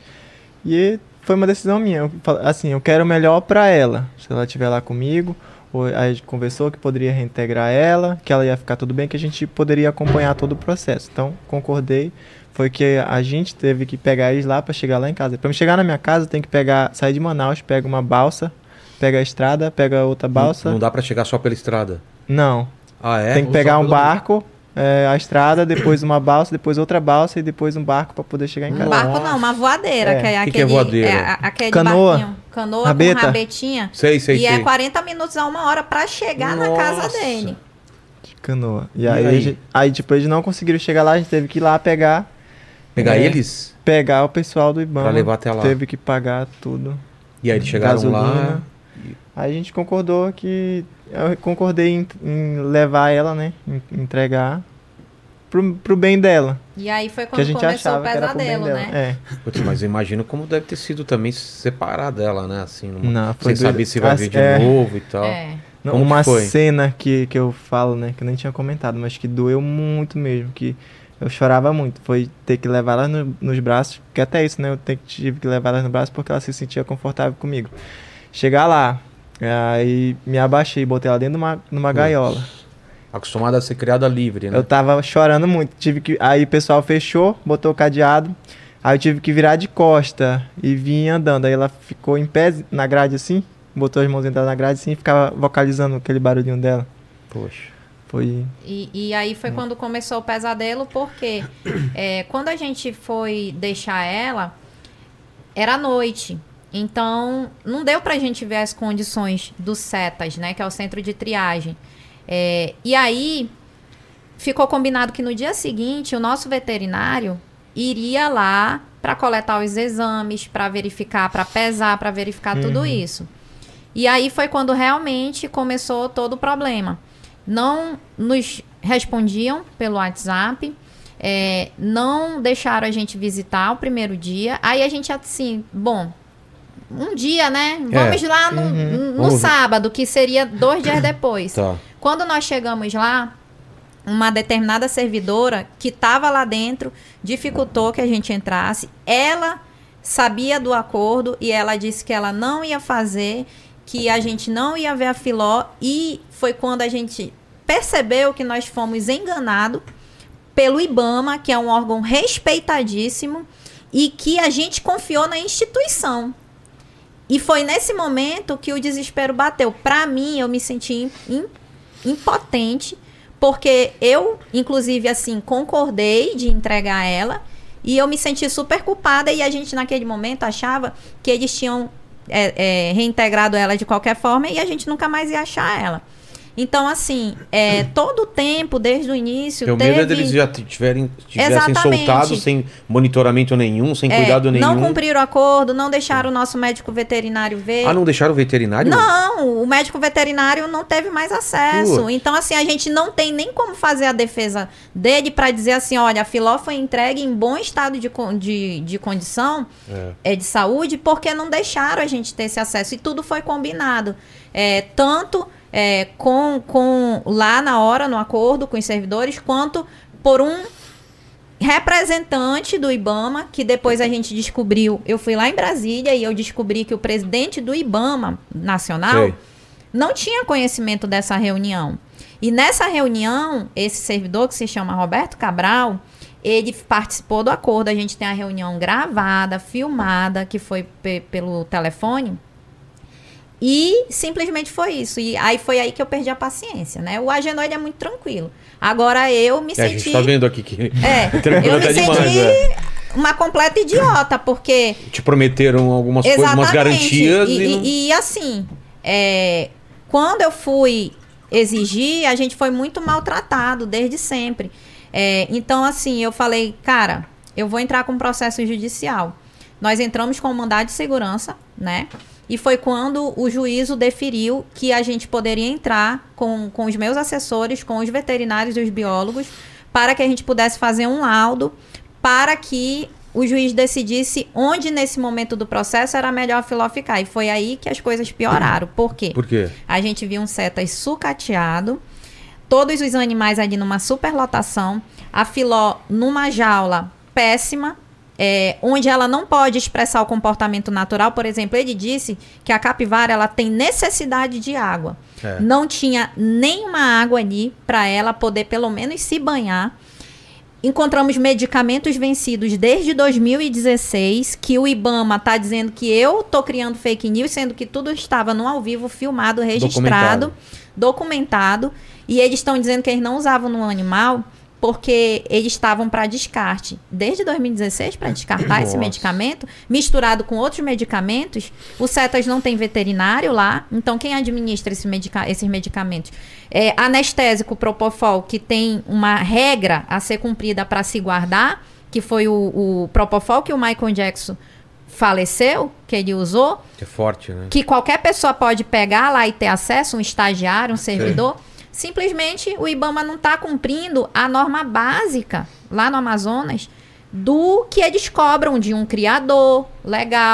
E foi uma decisão minha. Eu, assim, eu quero o melhor para ela. Se ela estiver lá comigo, ou, aí a gente conversou que poderia reintegrar ela, que ela ia ficar tudo bem, que a gente poderia acompanhar todo o processo. Então, concordei. Foi que a gente teve que pegar eles lá para chegar lá em casa. Para me chegar na minha casa, tem que pegar, sair de Manaus, pega uma balsa, pega a estrada, pega outra balsa. Não, não dá pra chegar só pela estrada? Não. Ah, é? Tem que Ou pegar só um pelo- barco, é, a estrada, depois uma balsa, depois outra balsa e depois um barco pra poder chegar em casa. Barco não, uma voadeira, É. que é Que aquele, que é voadeira? é a- aquele Canoa. barquinho, canoa Rabeta. com rabetinha. Sei, sei, e sei. é quarenta minutos a uma hora pra chegar na casa Nossa. dele. De canoa. E, E aí, aí? a gente- aí, tipo, eles não conseguiram chegar lá, a gente teve que ir lá pegar, Pegar É. eles? pegar o pessoal do IBAMA. Pra levar até lá. Teve que pagar tudo. E aí eles chegaram lá... Gasolina. Aí a gente concordou que... Eu concordei em, em levar ela, né? Em, entregar pro, pro bem dela. E aí foi Que a quando gente começou o achava que era pro bem pesadelo, dela. né? É. Putz, mas eu imagino como deve ter sido também separar dela, né? Assim, numa... Não, foi sem saber doido. se vai As- vir de é. novo e tal. É. Não, Como uma que foi? cena que, que eu falo, né, que eu nem tinha comentado, mas que doeu muito mesmo, que eu chorava muito. Foi ter que levar ela no, nos braços, que até isso, né, eu te- tive que levar ela nos braços porque ela se sentia confortável comigo. Chegar lá, aí me abaixei, botei ela dentro de uma, numa gaiola. Acostumada a ser criada livre, né? Eu tava chorando muito, tive que, aí o pessoal fechou, botou o cadeado, aí eu tive que virar de costa e vim andando. Aí ela ficou em pé na grade assim, botou as mãos entradas na grade assim e ficava vocalizando aquele barulhinho dela. Poxa. Foi. E, e aí foi quando começou o pesadelo, porque é, quando a gente foi deixar ela, era noite. Então, não deu pra gente ver as condições dos CETAS, né? Que é o centro de triagem. É, e aí, ficou combinado que no dia seguinte, o nosso veterinário iria lá para coletar os exames, para verificar, para pesar, para verificar tudo isso. E aí foi quando realmente começou todo o problema. Não nos respondiam pelo WhatsApp, é, não deixaram a gente visitar o primeiro dia. Aí a gente assim, bom, um dia, né? Vamos É. lá no, no Vamos- sábado, que seria dois dias depois. Tá. Quando nós chegamos lá, uma determinada servidora que estava lá dentro dificultou que a gente entrasse. Ela sabia do acordo e ela disse que ela não ia fazer, que a gente não ia ver a Filó, e foi quando a gente percebeu que nós fomos enganados pelo IBAMA, que é um órgão respeitadíssimo, e que a gente confiou na instituição. E foi nesse momento que o desespero bateu. Para mim, eu me senti im- impotente, porque eu, inclusive, assim, concordei de entregar ela, e eu me senti super culpada, e a gente, naquele momento, achava que eles tinham é, é, reintegrado ela de qualquer forma, e a gente nunca mais ia achar ela. Então, assim, é, todo o tempo, desde o início, Teu teve... medo é deles já tiverem, tivessem Exatamente. soltados sem monitoramento nenhum, sem é, cuidado nenhum. não cumpriram o acordo, não deixaram o nosso médico veterinário ver. Ah, não deixaram o veterinário? Não, o médico veterinário não teve mais acesso. Putz. Então, assim, a gente não tem nem como fazer a defesa dele para dizer assim, olha, a Filó foi entregue em bom estado de, con- de, de condição É. é, de saúde, porque não deixaram a gente ter esse acesso. E tudo foi combinado. É, tanto é, com, com lá na hora, no acordo com os servidores, quanto por um representante do IBAMA, que depois a gente descobriu, eu fui lá em Brasília e eu descobri que o presidente do IBAMA nacional Sei. não tinha conhecimento dessa reunião. E nessa reunião, esse servidor que se chama Roberto Cabral, ele participou do acordo. A gente tem a reunião gravada, filmada, que foi pe- pelo telefone. E simplesmente foi isso. E aí foi aí que eu perdi a paciência, né? O Agenor, ele é muito tranquilo. Agora eu me É, a senti... gente tá vendo aqui que É, tranquilo eu me até senti demais, é. uma completa idiota, porque... Te prometeram algumas coisas, umas garantias E, e, não- e- e, assim, é, quando eu fui exigir, a gente foi muito maltratado desde sempre. É, então, assim, eu falei, cara, eu vou entrar com um processo judicial. Nós entramos com um mandado de segurança, né? E foi quando o juízo deferiu que a gente poderia entrar com, com os meus assessores, com os veterinários e os biólogos, para que a gente pudesse fazer um laudo, para que o juiz decidisse onde, nesse momento do processo, era melhor a Filó ficar. E foi aí que as coisas pioraram. Por quê? Por quê? A gente viu um CETAS sucateado, todos os animais ali numa superlotação, a Filó numa jaula péssima, é, onde ela não pode expressar o comportamento natural. Por exemplo, ele disse que a capivara ela tem necessidade de água. É. Não tinha nenhuma água ali para ela poder pelo menos se banhar. Encontramos medicamentos vencidos desde dois mil e dezesseis, que o IBAMA está dizendo que eu estou criando fake news, sendo que tudo estava no ao vivo, filmado, registrado, documentado. E eles estão dizendo que eles não usavam no animal porque eles estavam para descarte. Desde dois mil e dezesseis, para descartar esse Nossa. medicamento, misturado com outros medicamentos. O CETAS não tem veterinário lá, então quem administra esse medica esses medicamentos? É, anestésico Propofol, que tem uma regra a ser cumprida para se guardar, que foi o, o Propofol que o Michael Jackson faleceu, que ele usou, Que é forte, né? que qualquer pessoa pode pegar lá e ter acesso, um estagiário, um servidor. Simplesmente o IBAMA não está cumprindo a norma básica lá no Amazonas do que eles cobram de um criador legal,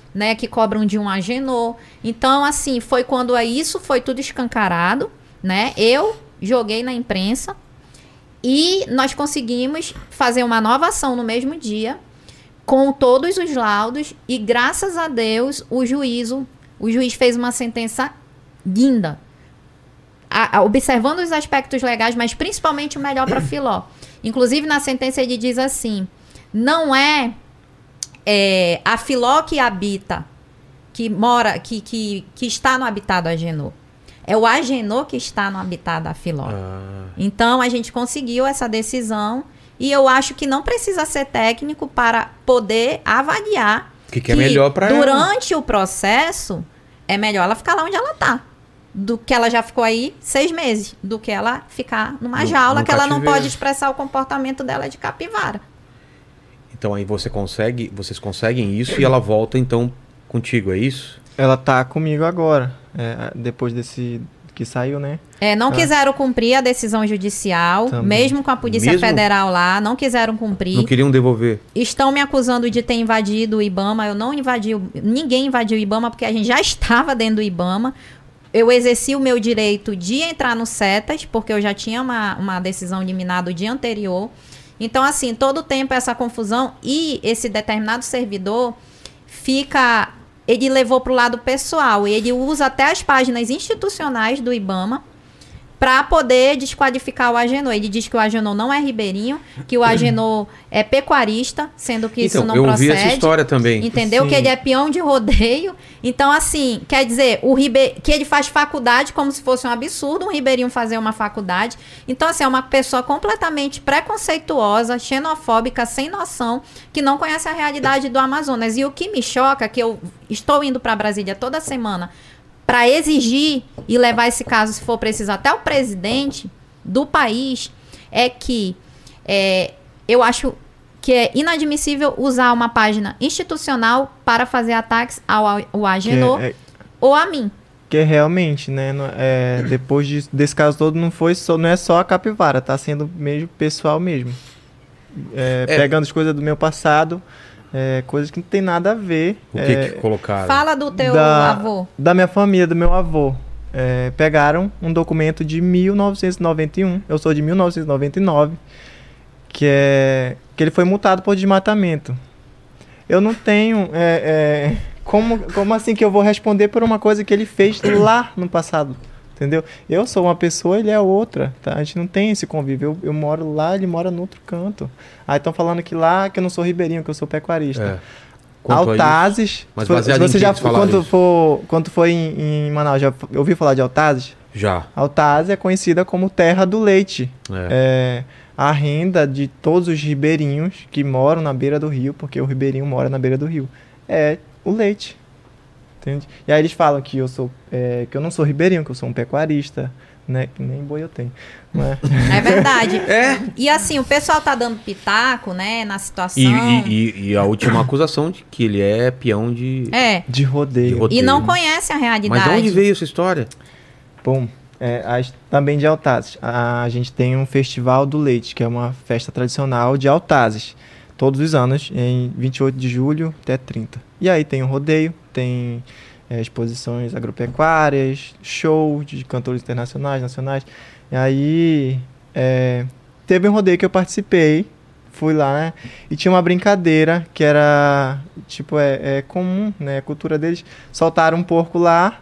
né, que cobram de um Agenor. Então, assim, foi quando isso foi tudo escancarado, né? Eu joguei na imprensa e nós conseguimos fazer uma nova ação no mesmo dia, com todos os laudos, e graças a Deus o juízo, o juiz fez uma sentença linda, a, a, observando os aspectos legais, mas principalmente o melhor para Filó. Inclusive, na sentença ele diz assim, não é, é a Filó que habita, que mora, que, que, que está no habitado Agenor. É o Agenor que está no habitado da Filó. Ah. Então, a gente conseguiu essa decisão e eu acho que não precisa ser técnico para poder avaliar que, que é melhor para ela. Durante o processo, é melhor ela ficar lá onde ela está. Do que ela já ficou aí seis meses. Do que ela ficar numa no, jaula que ela não pode expressar o comportamento dela de capivara. Então, aí você consegue, vocês conseguem isso e ela volta, então, contigo, é isso? Ela tá comigo agora, é, depois desse que saiu, né? É, não ah. quiseram cumprir a decisão judicial, Também. mesmo com a Polícia mesmo? Federal lá, não quiseram cumprir. Não queriam devolver. Estão me acusando de ter invadido o IBAMA, eu não invadi, ninguém invadiu o IBAMA, porque a gente já estava dentro do IBAMA. Eu exerci o meu direito de entrar no CETAS, porque eu já tinha uma, uma decisão liminar do dia anterior. Então, assim, todo o tempo essa confusão e esse determinado servidor fica... Ele levou para o lado pessoal. Ele usa até as páginas institucionais do IBAMA para poder desqualificar o Agenor. Ele diz que o Agenor não é ribeirinho, que o Agenor é pecuarista, sendo que então, isso não eu procede. Eu ouvi essa história também. Entendeu? Sim. Que ele é peão de rodeio. Então, assim, quer dizer, o ribe... que ele faz faculdade como se fosse um absurdo um ribeirinho fazer uma faculdade. Então, assim, é uma pessoa completamente preconceituosa, xenofóbica, sem noção, que não conhece a realidade do Amazonas. E o que me choca, que eu estou indo para Brasília toda semana para exigir e levar esse caso, se for preciso, até o presidente do país, é que é, eu acho que é inadmissível usar uma página institucional para fazer ataques ao, ao Agenor é, é, ou a mim. Que realmente, né, é, depois de, desse caso todo, não, foi só, não é só a capivara, tá sendo meio pessoal mesmo. É, é. Pegando as coisas do meu passado... É, coisas que não tem nada a ver. O que, é, que colocaram? Fala do teu da, avô. Da minha família, do meu avô. É, pegaram um documento de mil novecentos e noventa e um. Eu sou de mil novecentos e noventa e nove. Que é que ele foi multado por desmatamento. Eu não tenho... É, é, como, como assim que eu vou responder por uma coisa que ele fez lá no passado? Entendeu? Eu sou uma pessoa, ele é outra, tá? A gente não tem esse convívio. Eu, eu moro lá, ele mora no outro canto. Aí estão falando que lá, que eu não sou ribeirinho, que eu sou pecuarista. É. Altazes... Mas baseado se você em já quando for, quando foi em, em Manaus, já ouviu falar de Altazes? Já. Altazes é conhecida como terra do leite. É. É a renda de todos os ribeirinhos que moram na beira do rio, porque o ribeirinho mora na beira do rio, é o leite. Entende? E aí eles falam que eu sou é, que eu não sou ribeirinho, que eu sou um pecuarista, né? Que nem boi eu tenho. Não é? É verdade. É. E assim, o pessoal tá dando pitaco, né, na situação. E, e, e a última acusação de que ele é peão de, é. de, rodeio. de rodeio. E não conhece a realidade. Mas de onde veio essa história? Bom, é, a, também de Altazes. A, a gente tem um Festival do Leite, que é uma festa tradicional de Altazes. Todos os anos, em vinte e oito de julho até trinta. E aí tem o rodeio, tem é, exposições agropecuárias, show de cantores internacionais, nacionais. E aí é, teve um rodeio que eu participei, fui lá, né? E tinha uma brincadeira que era, tipo, é, é comum, né? A cultura deles, soltaram um porco lá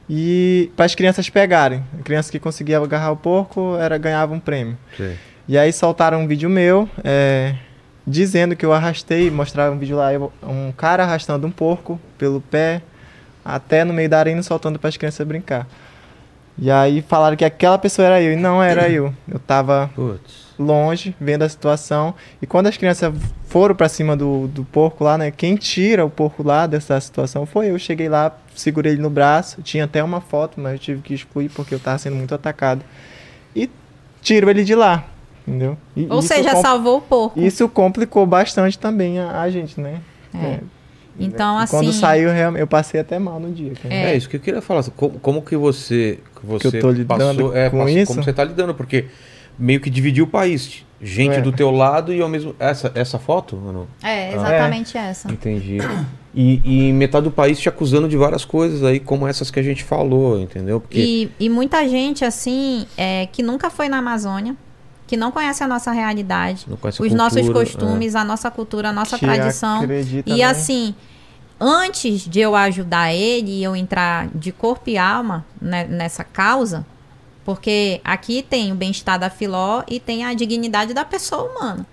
e para as crianças pegarem. A criança que conseguia agarrar o porco era, ganhava um prêmio. Sim. E aí soltaram um vídeo meu, é, dizendo que eu arrastei, mostraram um vídeo lá, eu, um cara arrastando um porco pelo pé até no meio da arena, soltando para as crianças brincar. E aí falaram que aquela pessoa era eu, e não era eu. Eu tava Putz. longe, vendo a situação, e quando as crianças foram para cima do, do porco lá, né, quem tira o porco lá dessa situação foi eu. Cheguei lá, segurei ele no braço, tinha até uma foto, mas eu tive que excluir porque eu tava sendo muito atacado. E tiro ele de lá. Entendeu? E Ou seja, salvou o porco. Isso complicou bastante também a, a gente, né? É. É. Então, né? assim... Quando saiu, eu passei até mal no dia. É, é isso que eu queria falar. Como, como que você, que você que eu tô lidando passou, é, com passou, isso? Como você está lidando? Porque meio que dividiu o país. Gente É. do teu lado e ao mesmo... Essa, essa foto, mano? É, exatamente essa. Entendi. E, e metade do país te acusando de várias coisas aí, como essas que a gente falou, entendeu? Porque... E, e muita gente, assim, é, que nunca foi na Amazônia, que não conhece a nossa realidade, Não conhece a os cultura, nossos costumes, a nossa cultura, a nossa Que tradição. acredita, E né? assim, antes de eu ajudar ele e eu entrar de corpo e alma né, nessa causa, porque aqui tem o bem-estar da Filó e tem a dignidade da pessoa humana.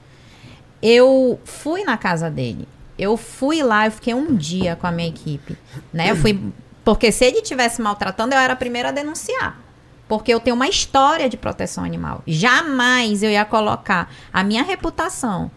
Eu fui na casa dele. Eu fui lá, eu fiquei um dia com a minha equipe. Né? Eu fui, porque se ele estivesse maltratando, eu era a primeira a denunciar. Porque eu tenho uma história de proteção animal. Jamais eu ia colocar a minha reputação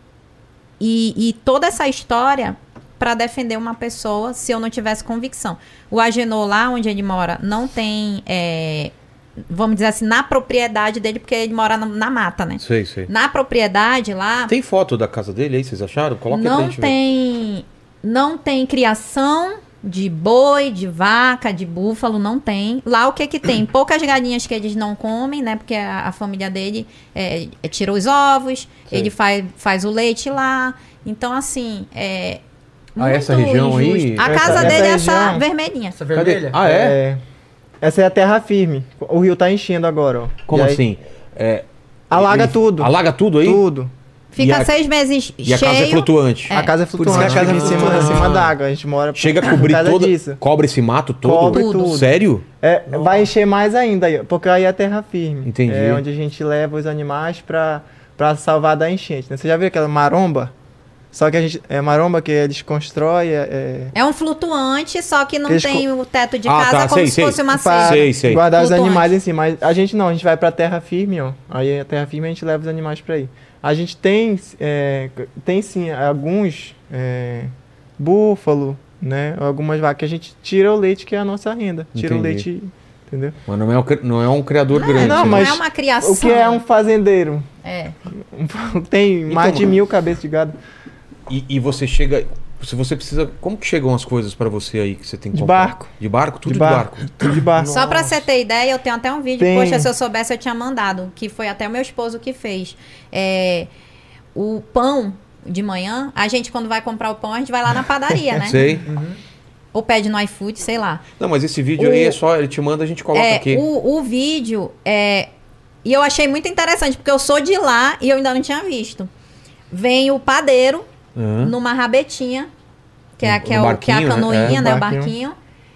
e, e toda essa história para defender uma pessoa se eu não tivesse convicção. O Agenor, lá onde ele mora, não tem... É, vamos dizer assim, na propriedade dele, porque ele mora na, na mata, né? Sei, sei. Na propriedade lá... Tem foto da casa dele aí, vocês acharam? Coloca aí pra não gente ver. tem, não tem criação de boi, de vaca, de búfalo, não tem. Lá o que que tem? Poucas galinhas que eles não comem, né? Porque a, a família dele é, é, tira os ovos, Sei. ele faz, faz o leite lá. Então, assim, é... Ah, muito essa região aí? injusto. A Essa- casa essa dele é essa região- vermelhinha. Essa Cadê? vermelha? Ah, é? Essa é a terra firme. O rio tá enchendo agora, ó. Como E aí, assim? É, Alaga ele- tudo. Alaga tudo aí? Tudo. Fica E a- seis meses E a cheio. casa é flutuante. É. A casa é Por isso que flutuante, a casa fica é em cima, flutuante. em cima da água. A gente mora por- Chega a por cobrir causa toda... disso. Cobre esse mato todo? Cobre Tudo. tudo. Sério? É, vai encher mais ainda, aí, porque aí é terra firme. Entendi. É onde a gente leva os animais pra, pra salvar da enchente. Né? Você já viu aquela maromba? Só que a gente. É maromba que eles constroem. É, É um flutuante, só que não Eles tem o teto de Ah, casa, tá, como sei, se sei. fosse uma pra Sei, cerca. sei. guardar os Flutuante. animais em cima. Mas a gente não, a gente vai pra terra firme, ó. Aí a terra firme a gente leva os animais pra aí. A gente tem, é, tem sim, alguns é, búfalo, né? Algumas vacas que a gente tira o leite, que é a nossa renda. Tira o Entendi. leite, entendeu? Mas não é um, cri- não é um criador Não, grande. não, né? não mas é uma criação. O que é um fazendeiro? É. Tem mais Então, de mil cabeças de gado. E, e você chega... Se você precisa... Como que chegam as coisas pra você aí que você tem que De comprar? barco. De barco? Tudo de de barco. barco. Tudo de barco. Só pra você ter ideia, eu tenho até um vídeo. Tem. Poxa, se eu soubesse, eu tinha mandado. Que foi até o meu esposo que fez. É, o pão de manhã, a gente, quando vai comprar o pão, a gente vai lá na padaria, né? Sei. Ou pede no iFood, sei lá. Não, mas esse vídeo O- aí é só... Ele te manda, a gente coloca É, aqui. o, o vídeo é. E eu achei muito interessante, porque eu sou de lá e eu ainda não tinha visto. Vem o padeiro Aham. numa rabetinha, que é, Um- que é, um o, que é a barquinho, né? canoinha, É, né? um O barquinho. barquinho.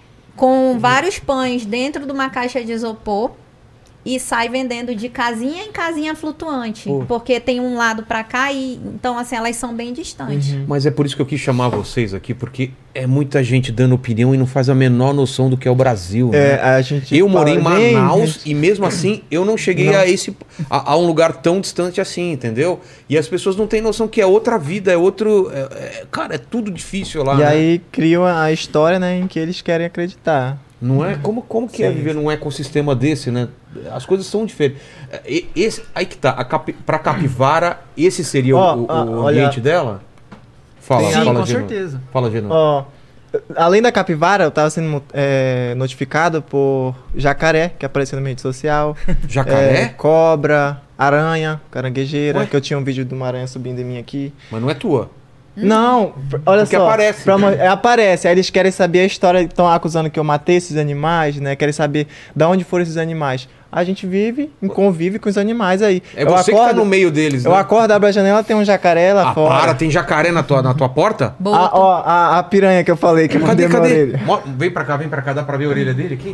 Com vários pães dentro de uma caixa de isopor. E sai vendendo de casinha em casinha flutuante. Pô. Porque tem um lado pra cá e... Então, assim, elas são bem distantes. Uhum. Mas é por isso que eu quis chamar vocês aqui, porque é muita gente dando opinião e não faz a menor noção do que é o Brasil, É, né? a gente Eu morei em fala, "Vem, Manaus gente." e mesmo assim eu não cheguei Não. a esse a, a um lugar tão distante assim, entendeu? E as pessoas não têm noção que é outra vida, é outro, é- é- cara, é tudo difícil lá. E né? aí criam a história, né, em que eles querem acreditar. Não é como como que é Sim. viver num ecossistema desse, né? As coisas são diferentes. E- Esse aí que tá, a capi, pra capivara, esse seria o- Ó, o, ó, o olha- ambiente dela? Fala, Sim, fala com Geno. certeza. Fala, Geno. Ó, além da capivara, eu tava sendo é, notificado por jacaré, que apareceu na minha rede social. Jacaré? É, cobra, aranha, caranguejeira, Ué? que eu tinha um vídeo de uma aranha subindo em mim aqui. Mas não é tua. Não, pr- olha Porque só. aparece. pra mo- é, aparece. Aí eles querem saber a história, estão acusando que eu matei esses animais, né? Querem saber de onde foram esses animais. A gente vive, convive com os animais aí. É eu você acordo, que tá no meio deles, Eu né? acordo, abro a janela, tem um jacaré lá Ah, fora. para, tem jacaré na tua, na tua porta? Boto. A, ó, a, a piranha que eu falei, que eu Cadê, mandei na cadê? orelha. Mo- Vem pra cá, vem pra cá, dá pra ver a orelha dele aqui?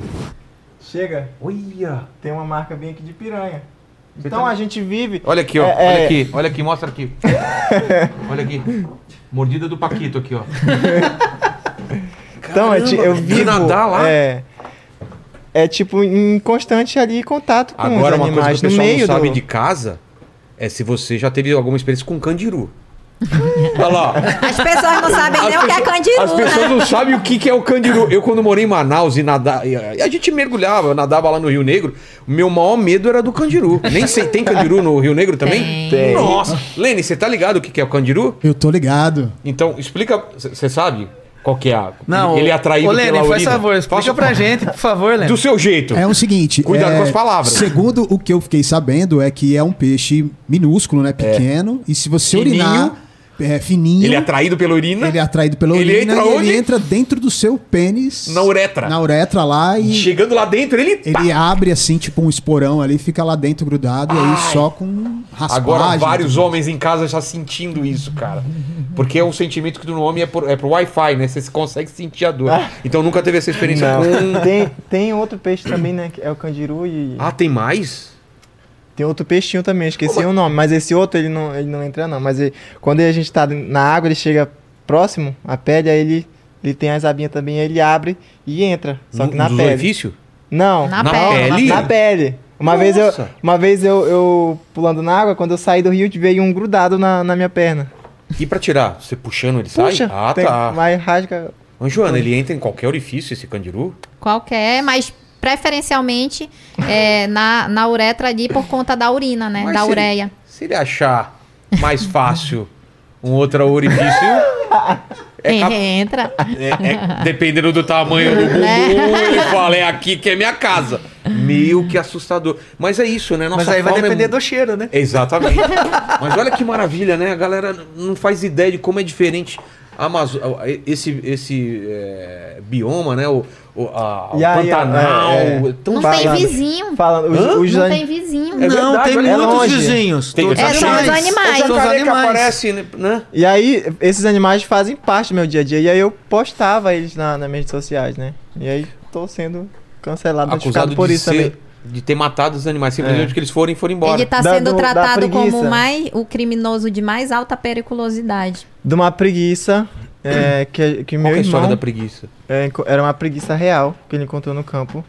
Chega, Olha! tem uma marca bem aqui de piranha. Você Então tá- a gente vive... Olha aqui, ó. É, olha é. aqui, olha aqui, mostra aqui. Olha aqui. Mordida do Paquito aqui, ó. Então, é ti- eu de vivo... nadar lá? É, é tipo em constante ali contato com Agora, os uma coisa animais. que o no pessoal meio não sabe do... de casa é se você já teve alguma experiência com candiru. Olha lá. As pessoas não sabem nem As o que é pessoas- candiru, As pessoas né? não sabem o que que é o candiru. Eu, quando morei em Manaus e nadava, e a gente mergulhava, eu nadava lá no Rio Negro, o meu maior medo era do candiru. Nem sei, tem candiru no Rio Negro também? Tem. Tem. Nossa! Lene, você tá ligado o que que é o candiru? Eu tô ligado. Então, explica, você sabe? Qual que é a... Não, ele é atraído ô, Lênin, pela faz urina? favor, explica Posso- pra gente, por favor, Lênin. Do seu jeito. É o seguinte. Cuidado é, com as palavras. Segundo o que eu fiquei sabendo, é que é um peixe minúsculo, né? Pequeno. E se você Fininho. urinar. É fininho. Ele é atraído pela urina? Ele é atraído pela Ele urina entra e onde? ele entra dentro do seu pênis. Na uretra. Na uretra lá e. Chegando lá dentro, ele... Ele abre assim, tipo um esporão ali, fica lá dentro grudado e aí Ai. só com raspagem. Agora vários tudo. homens em casa já sentindo isso, cara. Porque é um sentimento que no homem é, por, é pro Wi-Fi, né? Você consegue sentir a dor. Ah. Então nunca teve essa experiência Não. com... Tem, tem outro peixe também, né? Que é o candiru e. Ah, tem mais? Tem outro peixinho também, esqueci Pô, mas- o nome, mas esse outro ele não, ele não entra não. Mas ele- quando a gente tá na água, ele chega próximo à pele, aí ele, ele tem as abinhas também, aí ele abre e entra. Só que na Nos pele. orifícios? Não, Na Na pele. pele? na pele. Uma vez, eu, Nossa. uma vez eu, eu pulando na água, quando eu saí do rio, veio um grudado na, na minha perna. E pra tirar? Você puxando, ele Puxa, sai? Ah, tem, tá. mas rasga. Mas, Joana, ele entra em qualquer orifício, esse candiru? Qualquer, mas preferencialmente é, na, na uretra ali por conta da urina, né? Mas da se ele- ureia. Se ele achar mais fácil um outro orifício... É cap- Entra. é- é- dependendo do tamanho do bumbum, ele fala, é aqui que é minha casa. Meio que assustador. Mas é isso, né? Nossa Mas aí vai fauna é depender mu- do cheiro, né? Exatamente. Mas olha que maravilha, né? A galera não faz ideia de como é diferente a Amazo- esse, esse é, bioma, né? O, o, a- o E aí, Pantanal. é, é. é tão Não Falando. tem vizinho. Falando, os, Hã? os Não ani- tem vizinho. É não, verdade, tem é muitos longe. vizinhos. Tem todos os É, são os animais. O São os jacaré que animais. aparece, né? E aí, esses animais fazem parte do meu dia a dia. E aí eu postava eles na, nas minhas redes sociais, né? E aí tô sendo cancelado, notificado Acusado por de, isso ser, também. de ter matado os animais. Simplesmente É. que eles foram e foram embora. Ele tá Da- sendo do- da tratado como preguiça. mais, o criminoso de mais alta periculosidade. De uma preguiça é, que, que Qual meu que é a história irmão... da preguiça? É, enco- era uma preguiça real que ele encontrou no campo.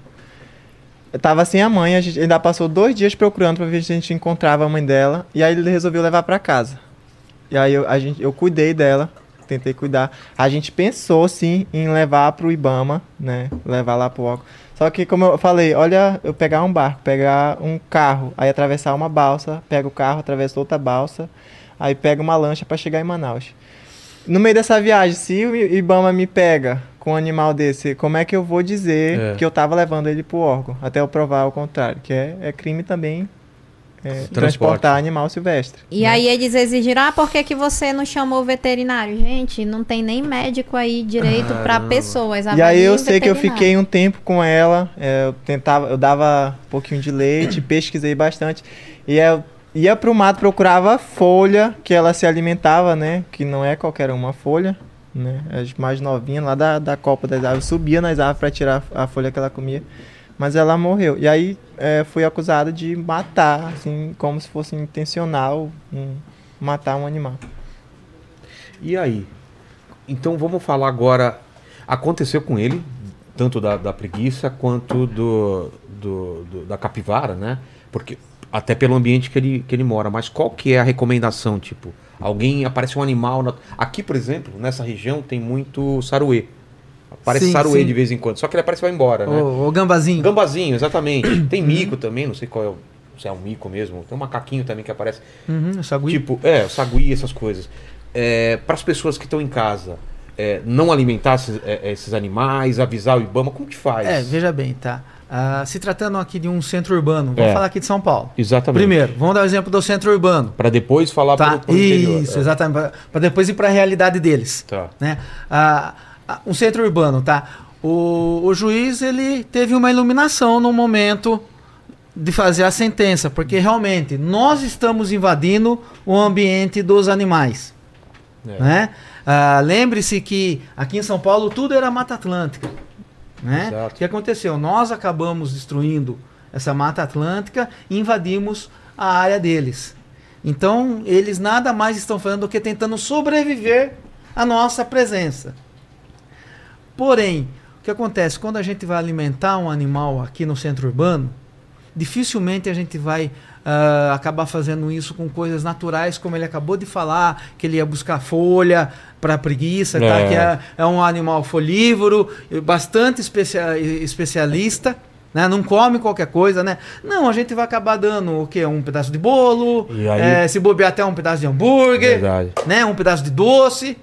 Eu tava sem a mãe, a gente ainda passou dois dias procurando pra ver se a gente encontrava a mãe dela. E aí ele resolveu levar pra casa. E aí eu, a gente, eu cuidei dela, tentei cuidar. A gente pensou sim em levar pro Ibama, né? Levar lá pro órgão. Só que como eu falei, olha, eu pegar um barco, pegar um carro, aí atravessar uma balsa, pega o carro, atravessa outra balsa, aí pega uma lancha pra chegar em Manaus. No meio dessa viagem, se o Ibama me pega com um animal desse, como é que eu vou dizer É. que eu tava levando ele pro órgão? Até eu provar o contrário, que é, é crime também é, transportar animal silvestre. E aí eles exigiram, ah, por que, que você não chamou o veterinário? Gente, não tem nem médico aí direito pra Caramba. pessoas. E aí avaliem eu o sei que eu veterinário. fiquei um tempo com ela, é, eu tentava, eu dava um pouquinho de leite, pesquisei bastante, e eu ia pro mato, procurava folha que ela se alimentava, né, que não é qualquer uma folha, né, as mais novinhas lá da, da copa das árvores, subia nas árvores para tirar a folha que ela comia, mas ela morreu. E aí é, fui acusado de matar, assim, como se fosse intencional, um, matar um animal. E aí? Então vamos falar agora. Aconteceu com ele, tanto da, da preguiça quanto do, do, do- da capivara, né? Porque até pelo ambiente que ele, que ele mora. Mas qual que é a recomendação? Tipo, alguém aparece um animal. na- Aqui, por exemplo, nessa região tem muito saruê. Aparece Sim, saruê sim. de vez em quando. Só que ele aparece e vai embora, né? O, o gambazinho. Gambazinho, exatamente. Tem mico também, não sei qual é o. Se é um mico mesmo. Tem um macaquinho também que aparece. Uhum, o sagui. Tipo, é, o sagui, essas coisas. É, para as pessoas que estão em casa, é, não alimentar esses, é, esses animais, avisar o Ibama, como que faz? É, veja bem, tá? Ah, se tratando aqui de um centro urbano, vamos É. falar aqui de São Paulo. Exatamente. Primeiro, vamos dar o exemplo do centro urbano. Para depois falar Tá? pro, pro interior. Isso, É. exatamente. Para depois ir para a realidade deles. Tá. Né? Ah, ah, um centro urbano, tá? O, o juiz ele teve uma iluminação no momento de fazer a sentença, porque realmente nós estamos invadindo o ambiente dos animais. É. Né? Ah, lembre-se que aqui em São Paulo tudo era Mata Atlântica. Né? Exato. O que aconteceu? Nós acabamos destruindo essa Mata Atlântica e invadimos a área deles. Então, eles nada mais estão fazendo do que tentando sobreviver à nossa presença. Porém, o que acontece? Quando a gente vai alimentar um animal aqui no centro urbano, dificilmente a gente vai ah, acabar fazendo isso com coisas naturais, como ele acabou de falar, que ele ia buscar folha para preguiça, tá? É. Que é, é um animal folívoro, bastante especia- especialista. Né? Não come qualquer coisa, né? Não, a gente vai acabar dando o quê? Um pedaço de bolo, E aí- eh, se bobear até um pedaço de hambúrguer, Verdade. né? Um pedaço de doce,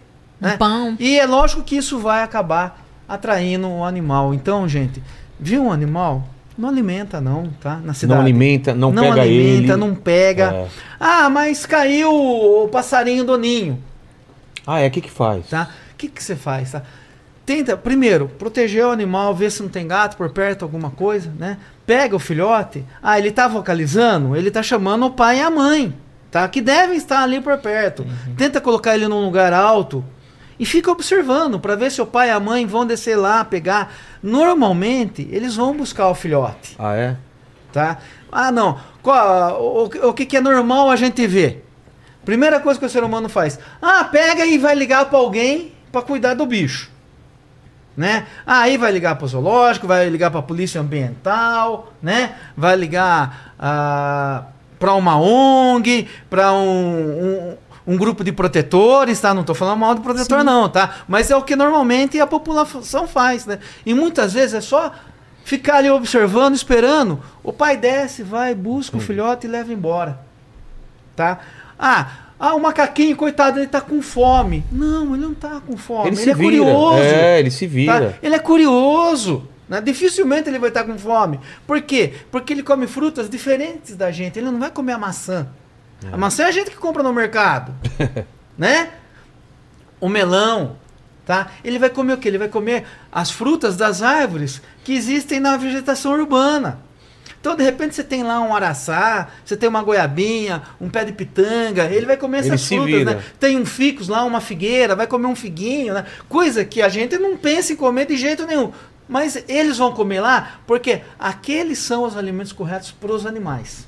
né? pão. E é lógico que isso vai acabar atraindo o animal. Então, gente, viu um animal? Não alimenta não, tá? Na cidade. Não alimenta, não, Não pega alimenta, ele. não pega. É. Ah, mas caiu o passarinho do ninho, Ah, é? O que que faz? tá? O que que você faz, tá? Tenta, primeiro, proteger o animal, ver se não tem gato por perto, alguma coisa, né? Pega o filhote. Ah, ele tá vocalizando, ele tá chamando o pai e a mãe, tá? Que devem estar ali por perto. Uhum. Tenta colocar ele num lugar alto e fica observando para ver se o pai e a mãe vão descer lá, pegar. Normalmente, eles vão buscar o filhote, Ah, é? tá? Ah, não. Qual, o, o que, que é normal a gente ver? Primeira coisa que o ser humano faz. Ah, pega e vai ligar para alguém para cuidar do bicho. Né? Aí vai ligar para o zoológico, vai ligar para a polícia ambiental, né? Vai ligar ah, para uma O N G, para um, um, um grupo de protetores, tá? Não estou falando mal do protetor, Sim. não, tá? Mas é o que normalmente a população faz, né? E muitas vezes é só ficar ali observando, esperando. O pai desce, vai, busca o filhote e leva embora, tá? Ah, Ah, o macaquinho, coitado, ele tá com fome. Não, ele não tá com fome. Ele Ele, se é vira. curioso. É, ele se tá? vira. Ele é curioso. Né? Dificilmente ele vai estar com fome. Por quê? Porque ele come frutas diferentes da gente. Ele não vai comer a maçã. A maçã é a gente que compra no mercado. Né? O melão. Tá? Ele vai comer o quê? Ele vai comer as frutas das árvores que existem na vegetação urbana. Então, de repente, você tem lá um araçá, você tem uma goiabinha, um pé de pitanga, ele vai comer Ele essas se frutas, vira. né? Tem um ficus lá, uma figueira, vai comer um figuinho, né? Coisa que a gente não pensa em comer de jeito nenhum. Mas eles vão comer lá porque aqueles são os alimentos corretos para os animais.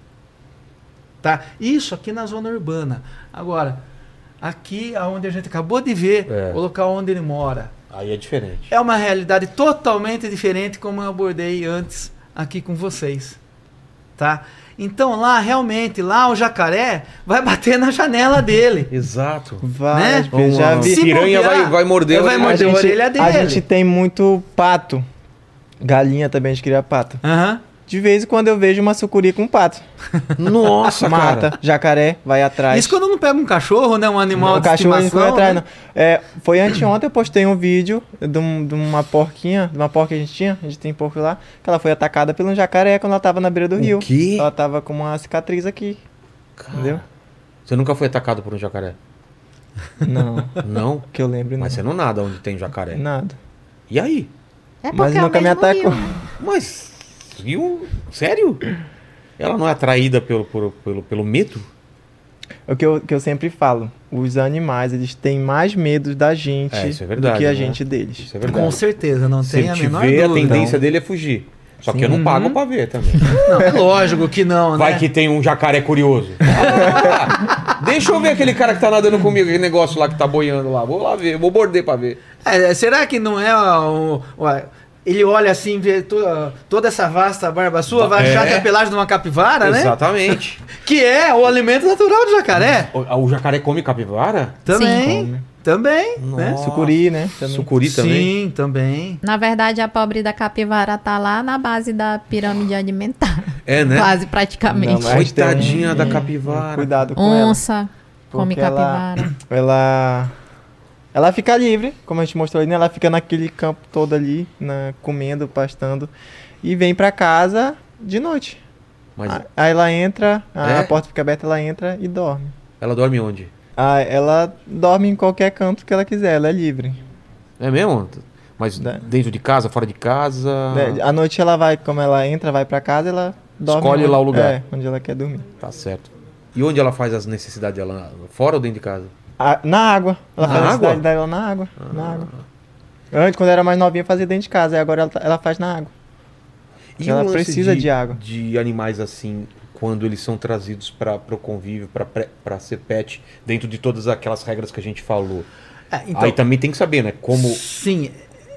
Tá? Isso aqui na zona urbana. Agora, aqui onde a gente acabou de ver, É. o local onde ele mora, Aí é diferente. é uma realidade totalmente diferente como eu abordei antes aqui com vocês, tá? Então lá, realmente, lá o jacaré vai bater na janela dele. Exato. Várias Né? vezes, já Uma vi. Se piranha bobear, vai, vai morder. vai o- morder. a, a gente, orelha a dele. gente tem muito pato. Galinha também, a gente cria pato. Aham. De vez em quando eu vejo uma sucuri com pato. Nossa, Mata, cara. jacaré, vai atrás. Isso quando não pega um cachorro, né? Um animal o de cachorro não foi estimação. atrás, né? não. É, foi anteontem eu postei um vídeo de, um- de uma porquinha, de uma porca que a gente tinha, a gente tem porco lá, que ela foi atacada por um jacaré quando ela tava na beira do rio. O quê? Ela tava com uma cicatriz aqui, Cara, entendeu? Você nunca foi atacado por um jacaré? Não, Não? que eu lembro, não. Mas você não nada onde tem jacaré. Nada. E aí? É Mas porque é o nunca me mesmo atacou. rio, né? Mas, viu? Sério? Ela não é atraída pelo, pelo, pelo, pelo medo? O que eu, que eu sempre falo, os animais, eles têm mais medo da gente É, isso é verdade, do que a né? gente deles. Isso é verdade. Com certeza, não Se tem ele a te menor vê, a dúvida. tendência dele é fugir. Só que eu não Sim. pago pra ver também. Não, é lógico que não, Vai né? que tem um jacaré curioso. Ah, deixa eu ver aquele cara que tá nadando comigo, aquele negócio lá que tá boiando lá. Vou lá ver, vou morder pra ver. É, será que não é o... o- ele olha assim, vê to- toda essa vasta barba sua, vai achar É. que é a pelagem de uma capivara, né? Exatamente. Que é o alimento natural do jacaré. O, o jacaré come capivara? Também, come. também, né? Nossa. Sucuri, né? Também. Sucuri também? Sim, também. Na verdade, a pobre da capivara tá lá na base da pirâmide alimentar. É, né? Quase praticamente. Não, mas tem Coitadinha um- da um- capivara. Cuidado com ela. Onça come Porque ela- capivara. Ela. Ela fica livre, como a gente mostrou ali, né? Ela fica naquele campo todo ali, na, comendo, pastando. E vem pra casa de noite. Mas A- Aí ela entra, a, É? a porta fica aberta, ela entra e dorme. ela dorme onde? Ah, ela dorme em qualquer canto que ela quiser, ela é livre. É mesmo? Mas Né? dentro de casa, fora de casa? Né, À noite ela vai, como ela entra, vai pra casa, ela dorme. Escolhe onde- lá o lugar. É, onde ela quer dormir. Tá certo. E onde ela faz as necessidades dela? Fora ou dentro de casa? Ah, na água. Ela Na faz a água? necessidade dela na água. Na água. Antes, quando era mais novinha, fazia dentro de casa. Aí agora ela, tá- ela faz na água. E Ela o lance precisa de água. De animais assim, quando eles são trazidos para o convívio, para ser pet, dentro de todas aquelas regras que a gente falou. É, então, Aí também tem que saber, né? Como. sim,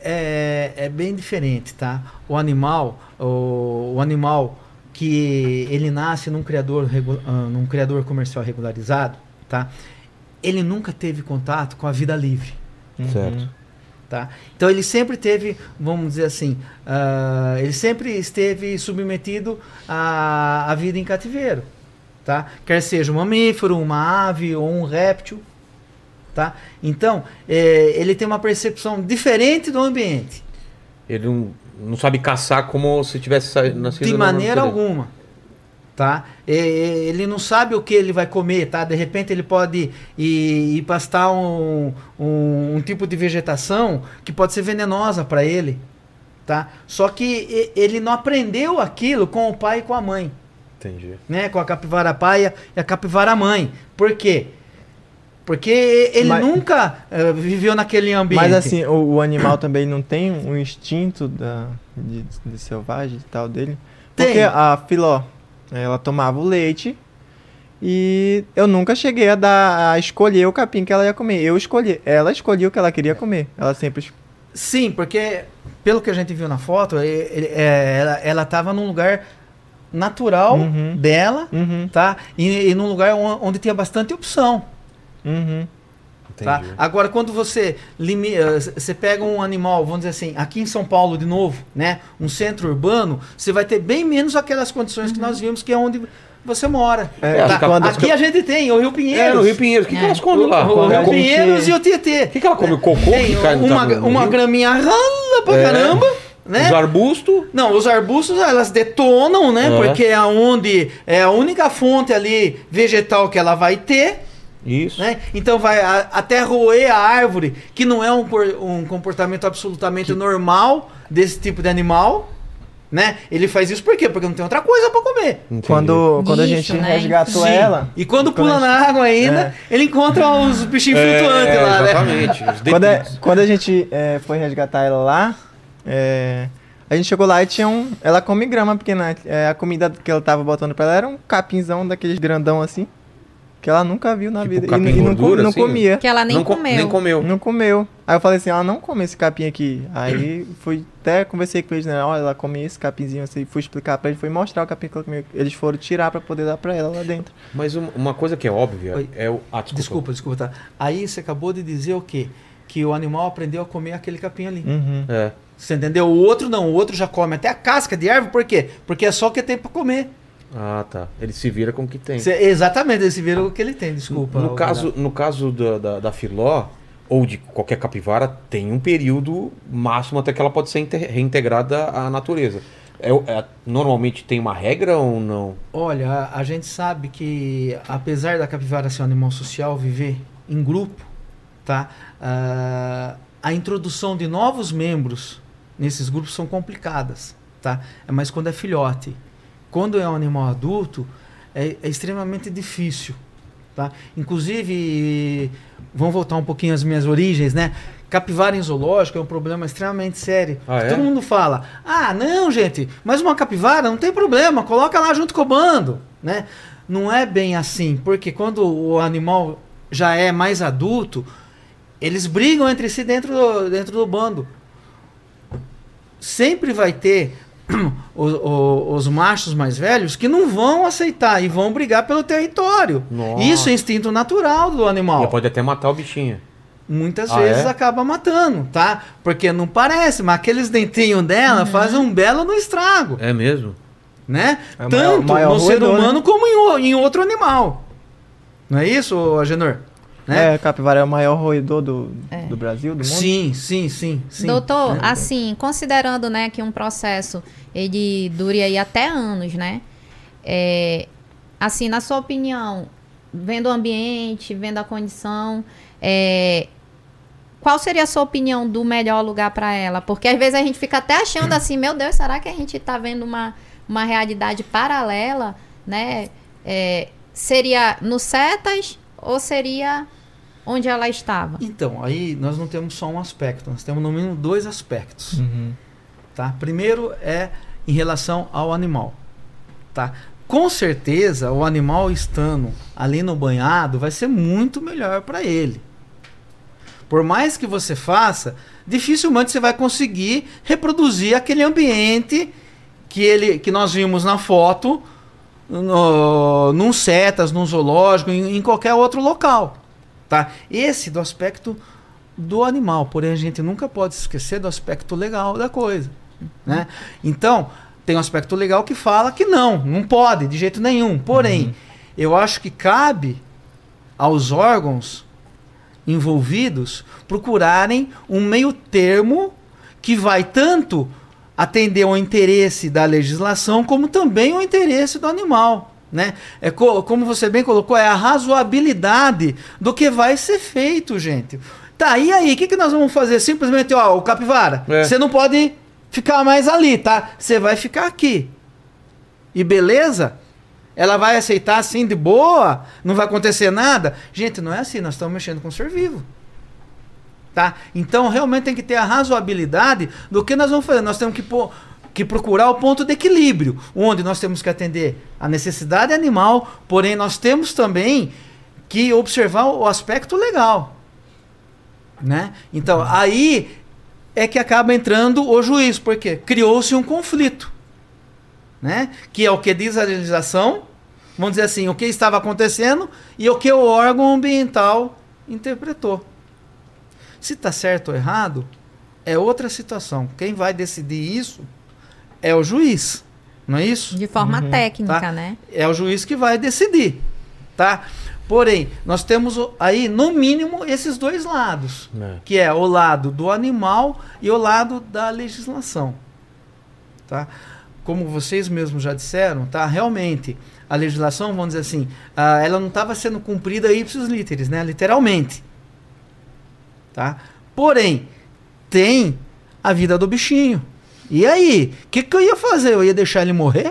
é, é bem diferente, tá? O animal, o, o animal que ele nasce num criador, regu- ah, num criador comercial regularizado, tá? Ele nunca teve contato com a vida livre. Certo. Tá? Então ele sempre teve, vamos dizer assim, ah, ele sempre esteve submetido à, à vida em cativeiro, tá? Quer seja um mamífero, uma ave ou um réptil, Tá? Então, é, ele tem uma percepção diferente do ambiente. Ele não, não sabe caçar como se tivesse saído nascido De na maneira natureza. alguma. Tá? É, é, ele não sabe o que ele vai comer. Tá? De repente ele pode ir, ir pastar um, um, um tipo de vegetação que pode ser venenosa para ele. Tá? Só que ele não aprendeu aquilo com o pai e com a mãe. Entendi. Né? Com a capivara paia e a capivara mãe. Por quê? Porque ele Mas- nunca eh, viveu naquele ambiente. Mas assim, o, o animal também não tem um instinto da, de, de selvagem e tal dele? Porque Tem. a Filó, ela tomava o leite e eu nunca cheguei a dar a escolher o capim que ela ia comer. Eu escolhi, ela escolhia o que ela queria comer. Ela sempre es- Sim, porque pelo que a gente viu na foto, e- ele- é, ela, ela tava num lugar natural Uhum. dela, Uhum, tá? E, e num lugar on- onde tinha bastante opção. uhum. Tá? Entendi. Agora, quando você, limi- eh, você pega um animal, vamos dizer assim, aqui em São Paulo de novo, né? Um centro urbano, você vai ter bem menos aquelas condições que nós vimos, que é onde você mora. É, Tá? quando- Aqui a gente tem o Rio Pinheiros. É, no Rio Pinheiros. O que, que É. elas comem lá? O, o Quando Rio a gente- Pinheiros e o Tietê. O que, que ela come? O cocô Tem que cai no, uma, no, no uma rio? graminha rala pra É. caramba, né? Os arbustos. Não, os arbustos elas detonam, né? É. Porque é onde é a única fonte ali vegetal que ela vai ter, Isso. né? Então vai a- até roer a árvore, que não é um, por- um comportamento absolutamente normal desse tipo de animal, né? Ele faz isso por quê? Porque não tem outra coisa pra comer. Entendi. Quando, quando a Bicho, gente né? resgatou Sim. ela. E quando quando pula a gente- na água ainda, ele encontra os bichinhos É, flutuantes lá, né? exatamente. Os Quando, é- detritos. quando a gente é, foi resgatar ela lá, é, a gente chegou lá e tinha um. Ela come grama pequena. É, a comida que ela tava botando pra ela era um capinzão daqueles grandão assim. Que ela nunca viu na Tipo vida. capim E, e não, com- gordura, não assim? comia. Que ela nem não co- comeu. Nem comeu. Não comeu. Aí eu falei assim, ela não come esse capim aqui. Aí fui até conversei com eles, né? Olha, ela come esse capinzinho assim. Fui explicar pra eles, fui mostrar o capim que ela comeu. Eles foram tirar pra poder dar pra ela lá dentro. Mas um- uma coisa que é óbvia Oi. é o. Ah, desculpa. Desculpa, desculpa, tá? Aí você acabou de dizer o quê? Que o animal aprendeu a comer aquele capim ali. Uhum. É. Você entendeu? O outro não, o outro já come até a casca de árvore, por quê? Porque é só o que tem pra comer. Ah, tá. Ele se vira com o que tem. Cê- exatamente, esse vira o que ele tem, desculpa. No ô, caso, no caso da, da, da filó, ou de qualquer capivara, tem um período máximo até que ela pode ser inte- reintegrada à natureza. É, é- normalmente tem uma regra ou não? Olha, a, a gente sabe que, apesar da capivara ser um animal social, viver em grupo, tá? Ah, a introdução de novos membros nesses grupos são complicadas, tá? Mas quando é filhote, quando é um animal adulto, é, é extremamente difícil, tá? Inclusive, vamos voltar um pouquinho às minhas origens, né? Capivara em zoológico é um problema extremamente sério. Ah, é? Todo mundo fala, ah, não, gente, mas uma capivara não tem problema, coloca lá junto com o bando, né? Não é bem assim, porque quando o animal já é mais adulto, eles brigam entre si dentro do, dentro do bando. Sempre vai ter os, os, os machos mais velhos que não vão aceitar e vão brigar pelo território. Nossa. Isso é instinto natural do animal. E pode até matar o bichinho. Muitas Ah, vezes é? acaba matando, tá? Porque não parece, mas aqueles dentinhos dela fazem um belo no estrago, É mesmo? né? É o Tanto maior- maior no ser roedor, né? humano como em, o- em outro animal. Não é isso, Agenor? Né? É, capivara é o maior roedor do, É. do Brasil, do mundo. Sim, sim, sim, sim. Doutor, né? assim, considerando, né, que um processo ele dure aí até anos, né? É, assim, na sua opinião, vendo o ambiente, vendo a condição, é, qual seria a sua opinião do melhor lugar para ela? Porque às vezes a gente fica até achando assim, meu Deus, será que a gente está vendo uma, uma realidade paralela, né? É, seria no Cetas ou seria onde ela estava? Então, aí nós não temos só um aspecto, nós temos no mínimo dois aspectos. Uhum. Tá? Primeiro é em relação ao animal. Tá? Com certeza, o animal estando ali no banhado vai ser muito melhor para ele. Por mais que você faça, dificilmente você vai conseguir reproduzir aquele ambiente que, ele, que nós vimos na foto, no, num Cetas, num zoológico, em, em qualquer outro local. Tá? Esse do aspecto do animal, porém a gente nunca pode esquecer do aspecto legal da coisa. Né? Então, tem um aspecto legal que fala que não, não pode, de jeito nenhum. Porém, Uhum. eu acho que cabe aos órgãos envolvidos procurarem um meio termo que vai tanto atender ao interesse da legislação como também ao interesse do animal. Né? É co como você bem colocou, é a razoabilidade do que vai ser feito, gente. Tá, e aí, o que, que nós vamos fazer? Simplesmente, ó, o capivara, É. você não pode ficar mais ali, tá? Você vai ficar aqui. E beleza? Ela vai aceitar assim de boa? Não vai acontecer nada? Gente, não é assim, nós estamos mexendo com o ser vivo. Tá? Então, realmente tem que ter a razoabilidade do que nós vamos fazer. Nós temos que, pôr, que procurar o ponto de equilíbrio, onde nós temos que atender a necessidade animal, porém nós temos também que observar o aspecto legal. Né? Então, aí é que acaba entrando o juiz, porque criou-se um conflito. Né? Que é o que diz a legislação, vamos dizer assim, o que estava acontecendo e o que o órgão ambiental interpretou. Se está certo ou errado, é outra situação. Quem vai decidir isso é o juiz, não é isso? De forma Uhum. técnica, Tá? né? É o juiz que vai decidir, tá? Porém, nós temos o- aí, no mínimo, esses dois lados, É. que é o lado do animal e o lado da legislação, tá? Como vocês mesmos já disseram, tá? Realmente, a legislação, vamos dizer assim, ah, ela não estava sendo cumprida ipsis literis, né? Literalmente. Tá? Porém, tem a vida do bichinho. E aí? O que, que eu ia fazer? Eu ia deixar ele morrer?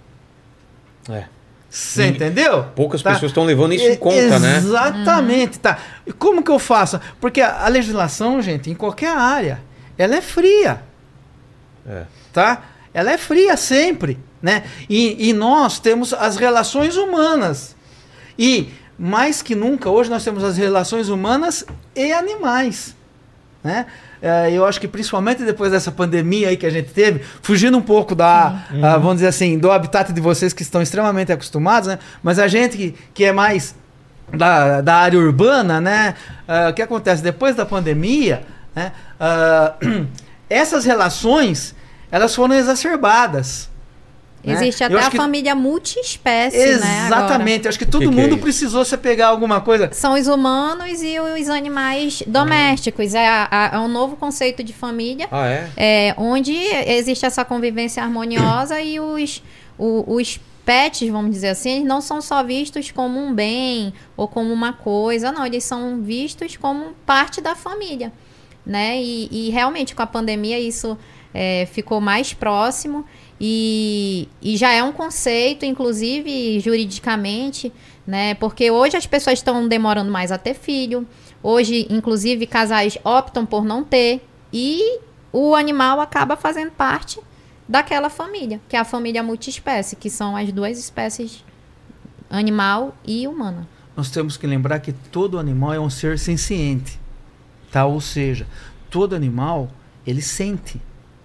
É. Você E entendeu? Poucas Tá? pessoas estão levando isso em E- conta, né? Exatamente, tá. E como que eu faço? Porque a, a legislação, gente, em qualquer área, ela é fria, É. tá? Ela é fria sempre, né? E, e nós temos as relações humanas. E, mais que nunca, hoje nós temos as relações humanas e animais, né? É, eu acho que principalmente depois dessa pandemia aí que a gente teve, fugindo um pouco da, ah, vamos dizer assim, do habitat de vocês que estão extremamente acostumados, né? Mas a gente que, que é mais da, da área urbana, né? Ah, o que acontece? Depois da pandemia, né? Ah, essas relações, elas foram exacerbadas. né? Existe Eu até acho a que- família multiespécie, né? agora. Exatamente. Eu acho que todo Que que é mundo isso? precisou se pegar alguma coisa. São os humanos e os animais domésticos. É, a- a- é um novo conceito de família, Ah, é? é, onde existe essa convivência harmoniosa e os, o- os pets, vamos dizer assim, eles não são só vistos como um bem ou como uma coisa, não. Eles são vistos como parte da família, né? E, e realmente com a pandemia isso é, ficou mais próximo. E, e já é um conceito, inclusive juridicamente, né? Porque hoje as pessoas estão demorando mais a ter filho. Hoje, inclusive, casais optam por não ter. E o animal acaba fazendo parte daquela família, que é a família multiespécie, que são as duas espécies, animal e humana. Nós temos que lembrar que todo animal é um ser senciente, tá? Ou seja, todo animal, ele sente.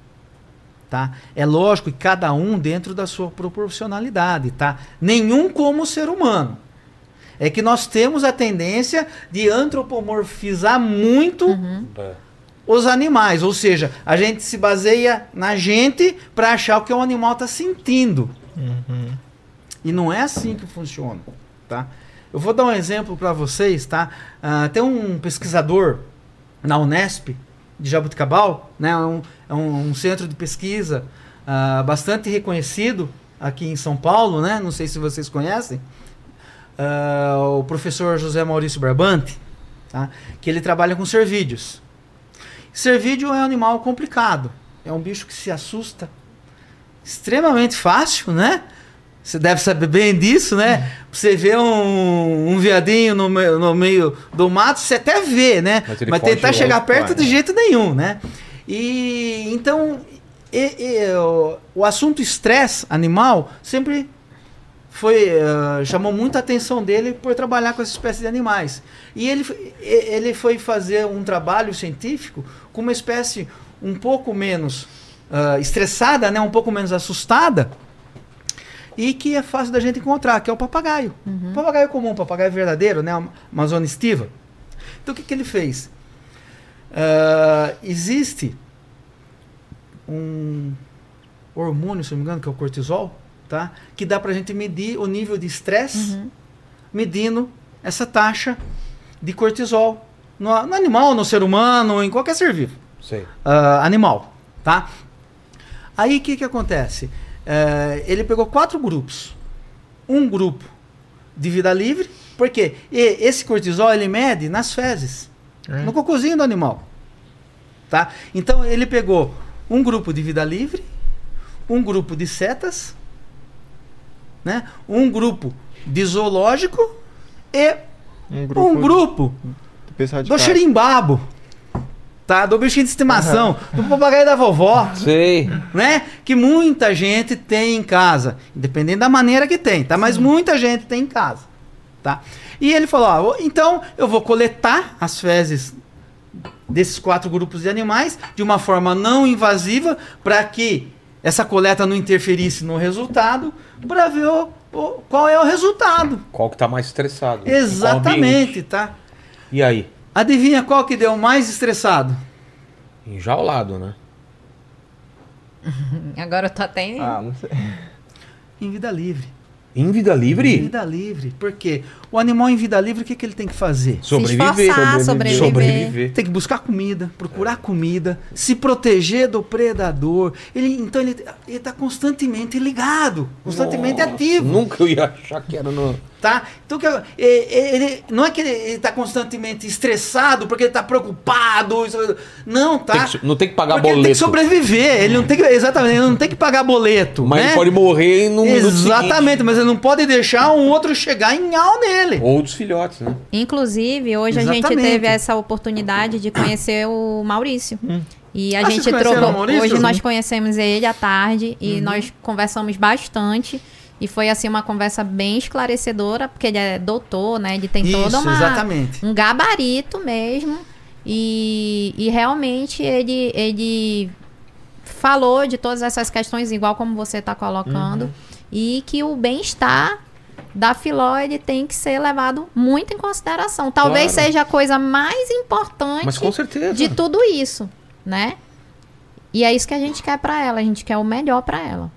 Tá? É lógico que cada um dentro da sua proporcionalidade, tá? Nenhum como o ser humano. É que nós temos a tendência de antropomorfizar muito É. os animais, ou seja, a gente se baseia na gente para achar o que o animal está sentindo. Uhum. E não é assim que funciona, tá? Eu vou dar um exemplo para vocês, tá? Ah, tem um pesquisador na Unesp de Jaboticabal, né? É um, é um, um centro de pesquisa ah, bastante reconhecido aqui em São Paulo, né? Não sei se vocês conhecem. Ah, o professor José Maurício Brabante, tá? Que ele trabalha com cervídeos. Cervídeo é um animal complicado, é um bicho que se assusta extremamente fácil, né? Você deve saber bem disso, né? Você vê um, um viadinho no, me- no meio do mato, você até vê, né? Mas Mas, ele foge tentar logo, chegar perto vai, de né? jeito nenhum, né? E então e- e, o, o assunto estresse animal sempre foi eh, chamou muita atenção dele por trabalhar com essa espécie de animais. E ele, f- e- ele foi fazer um trabalho científico com uma espécie um pouco menos ah, estressada, né? Um pouco menos assustada. E que é fácil da gente encontrar, que é o papagaio. O papagaio comum, o papagaio verdadeiro, né? A Amazônia estiva. Então o que, que ele fez? Ah, existe um hormônio, se não me engano, que é o cortisol, tá? Que dá pra gente medir o nível de estresse medindo essa taxa de cortisol no, no animal, no ser humano, em qualquer ser vivo. Sei. Uh, animal, tá? Aí o que que acontece? Uh, ele pegou quatro grupos. Um grupo de vida livre, porque esse cortisol ele mede nas fezes, é. no cocôzinho do animal, tá? Então ele pegou um grupo de vida livre, um grupo de setas, né? Um grupo de zoológico e um grupo, um grupo do, do xerimbabo. Tá, do bichinho de estimação, uhum. do papagaio da vovó. Sei. Né? Que muita gente tem em casa. Independente da maneira que tem, tá? Mas Sim. muita gente tem em casa. Tá? E ele falou, ó, então eu vou coletar as fezes desses quatro grupos de animais de uma forma não invasiva para que essa coleta não interferisse no resultado, para ver o, o, qual é o resultado. Qual que tá mais estressado. Exatamente, tá? E aí? Adivinha qual que deu mais estressado? Enjaulado, né? Agora eu tô até em... Ah, não sei. Em vida livre. Em vida livre? Em vida livre. Por quê? O animal em vida livre, o que, que ele tem que fazer? Sobreviver. Se esforçar, sobreviver. sobreviver. Tem que buscar comida, procurar comida, se proteger do predador. Ele, então ele está constantemente ligado, constantemente Nossa, ativo. Nunca eu ia achar que era no... Tá? Então, que, ele, não é que ele está constantemente estressado porque ele está preocupado. Não, tá? Tem que, não tem que pagar porque boleto. Ele tem que sobreviver. Ele não tem que, exatamente, ele não tem que pagar boleto. Mas né? ele pode morrer no minuto seguinte. Exatamente, mas ele não pode deixar um outro chegar em al nele. Ou dos filhotes, né? Inclusive, hoje Exatamente. a gente teve essa oportunidade de conhecer o Maurício. Hum. E a ah, gente trocou. Hoje nós conhecemos ele à tarde e uhum. nós conversamos bastante. E foi assim uma conversa bem esclarecedora, porque ele é doutor, né? Ele tem Isso, toda uma exatamente. um gabarito mesmo. E, e realmente ele, ele falou de todas essas questões, igual como você está colocando, uhum. e que o bem-estar da filó ele tem que ser levado muito em consideração. Talvez claro. seja a coisa mais importante Mas com certeza. de tudo isso, né? E é isso que a gente quer para ela, a gente quer o melhor para ela.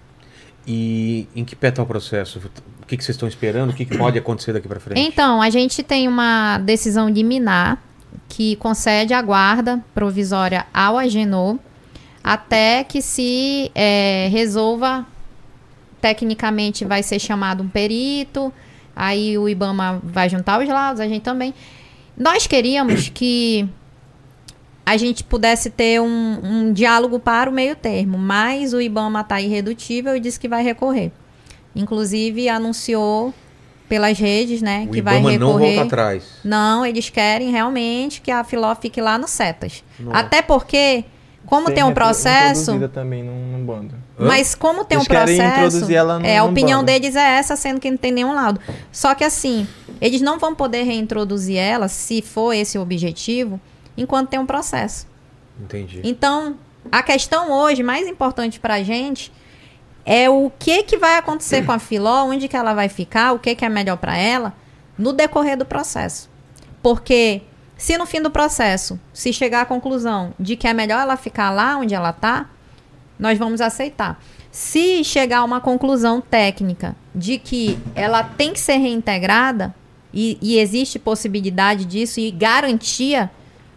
E em que pé está o processo? O que, que vocês estão esperando? O que, que pode acontecer daqui para frente? Então, a gente tem uma decisão liminar que concede a guarda provisória ao Agenor até que se é, resolva, tecnicamente vai ser chamado um perito, aí o IBAMA vai juntar os laudos, a gente também. Nós queríamos que a gente pudesse ter um, um diálogo para o meio termo, mas o IBAMA está irredutível e disse que vai recorrer. Inclusive, anunciou pelas redes, né, o que IBAMA vai recorrer. não volta atrás. Não, eles querem realmente que a filó fique lá no CETAS. Nossa. Até porque, como Sem tem um processo... também num, num bando. Mas como tem eles um processo, ela num, é, a num opinião bando. deles é essa, sendo que não tem nenhum laudo. Só que assim, eles não vão poder reintroduzir ela, se for esse o objetivo, enquanto tem um processo. Entendi. Então, a questão hoje, mais importante pra gente, é o que que vai acontecer com a filó, onde que ela vai ficar, o que que é melhor pra ela, no decorrer do processo. Porque se no fim do processo, se chegar à conclusão de que é melhor ela ficar lá onde ela tá, nós vamos aceitar. Se chegar a uma conclusão técnica de que ela tem que ser reintegrada, e, e existe possibilidade disso e garantia,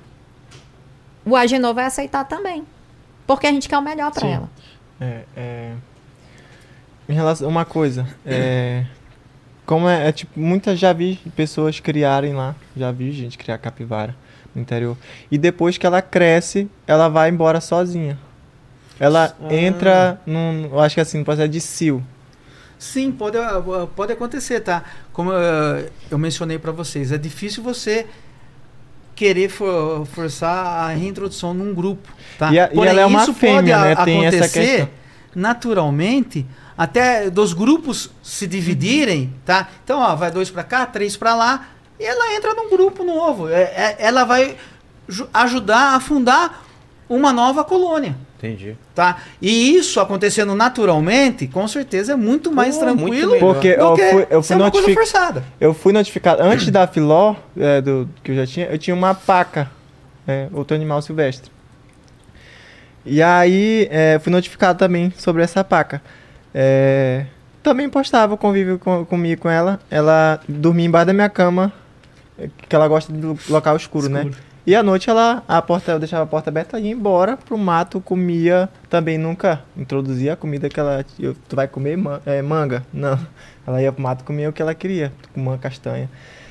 o Agenor vai aceitar também. Porque a gente quer o melhor para ela. É, é... Em relação a uma coisa, é... como é, é tipo, muitas já vi pessoas criarem lá, já vi gente criar capivara no interior. E depois que ela cresce, ela vai embora sozinha. Ela ah. entra num, eu acho que assim, no processo de cio. Sim, pode, pode acontecer, tá? Como eu, eu mencionei para vocês, é difícil você querer for, forçar a reintrodução num grupo, tá? E, a, Porém, e ela é uma isso fêmea, pode né? a, Tem acontecer essa questão. Naturalmente, até dos grupos se dividirem, tá? Então, ó, vai dois para cá, três para lá, e ela entra num grupo novo. É, é, ela vai ajudar a fundar uma nova colônia. Entendi. Tá? E isso acontecendo naturalmente, com certeza é muito mais Pô, tranquilo muito porque do eu que fui, eu ser fui uma coisa notific... forçada. Eu fui notificado, antes da filó, é, do, que eu já tinha, eu tinha uma paca, é, outro animal silvestre. E aí, é, fui notificado também sobre essa paca. É, também postava o convívio com, comigo com ela. Ela dormia embaixo da minha cama que ela gosta de local escuro, né? E à noite ela, a porta, eu deixava a porta aberta e ia embora pro mato, comia, também nunca introduzia a comida que ela, eu, tu vai comer man, é, manga, não, ela ia pro mato e comia o que ela queria, com uma castanha.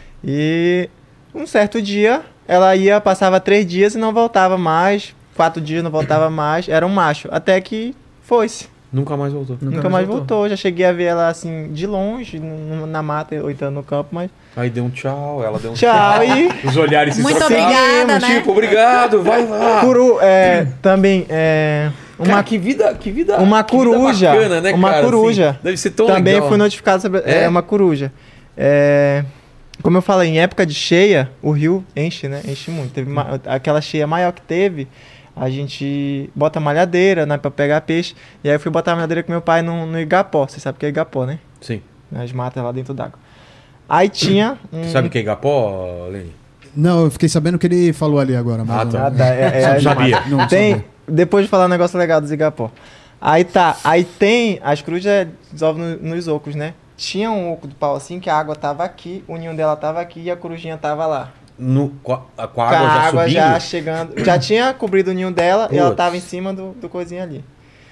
E um certo dia, ela ia, passava três dias e não voltava mais, quatro dias não voltava mais, era um macho, até que foi-se. Nunca mais voltou. Nunca, Nunca mais voltou. voltou, já cheguei a ver ela assim, de longe, no, na mata, ou então no campo, mas... Aí deu um tchau, ela deu um tchau. Tchau e... Os olhares se Muito trocaram. obrigada, né? Tipo, obrigado, vai lá. Curu, é, também, é... Uma, cara, que vida, que vida, uma que vida coruja, bacana, né, uma cara? coruja. Assim, deve ser tão também legal. Fui notificado sobre... É, é uma coruja. É... Como eu falei, em época de cheia, o rio enche, né? Enche muito. Teve uma, aquela cheia maior que teve... A gente bota malhadeira, né, pra pegar peixe. E aí eu fui botar a malhadeira com meu pai no, no igapó. Você sabe o que é igapó, né? Sim. As matas lá dentro d'água. Aí tinha um... Sabe o que é igapó, Leni? Não, eu fiquei sabendo que ele falou ali agora. Mas Ah, tá. Ah, tá. É, é, Não é, sabia. Não, tem, sabia. depois de falar um negócio legal dos igapó. Aí tá, aí tem, as corujas desovem no, nos ocos, né? Tinha um oco do pau assim, que a água tava aqui, o ninho dela tava aqui e a corujinha tava lá. No, com, a, com a Com água a já água subindo? já chegando, já tinha cobrido o ninho dela e ela Putz. tava em cima do, do coisinha ali.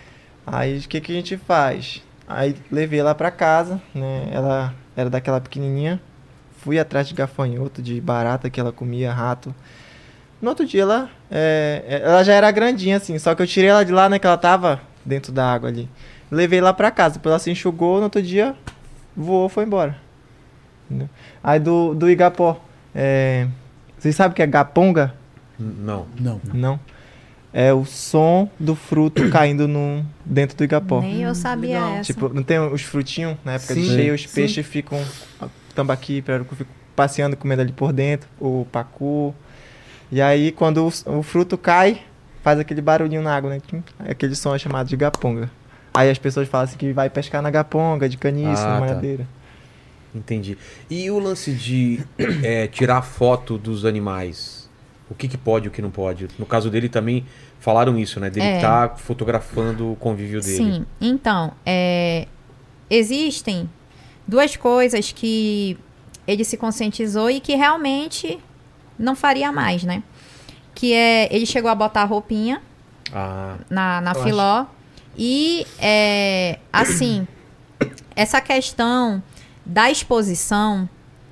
Aí o que que a gente faz? Aí levei ela pra casa, né? Ela era daquela pequenininha. Fui atrás de gafanhoto, de barata que ela comia, rato. No outro dia ela, é, ela já era grandinha assim, só que eu tirei ela de lá, né? Que ela tava dentro da água ali. Levei lá pra casa, depois ela se enxugou, no outro dia voou, foi embora. Entendeu? Aí do, do igapó. É, vocês sabem o que é gaponga? Não. Não. Não. É o som do fruto caindo no, dentro do igapó. Nem eu sabia legal. essa. Tipo, não tem os frutinhos? Na época de Sim, cheia, os sim. peixes ficam... Tambaqui, pirarucu, ficam passeando, comendo ali por dentro. O pacu. E aí, quando o, o fruto cai, faz aquele barulhinho na água, né? Aquele som é chamado de gaponga. Aí as pessoas falam assim que vai pescar na gaponga, de caniço, Ah, na tá. malhadeira. Entendi. E o lance de é, tirar foto dos animais? O que, que pode e o que não pode? No caso dele também falaram isso, né? Dele É. estar fotografando o convívio dele. Sim, então, é, existem duas coisas que ele se conscientizou e que realmente não faria mais, né? Que é, ele chegou a botar a roupinha Ah, na, na Eu filó e, é, assim, essa questão da exposição,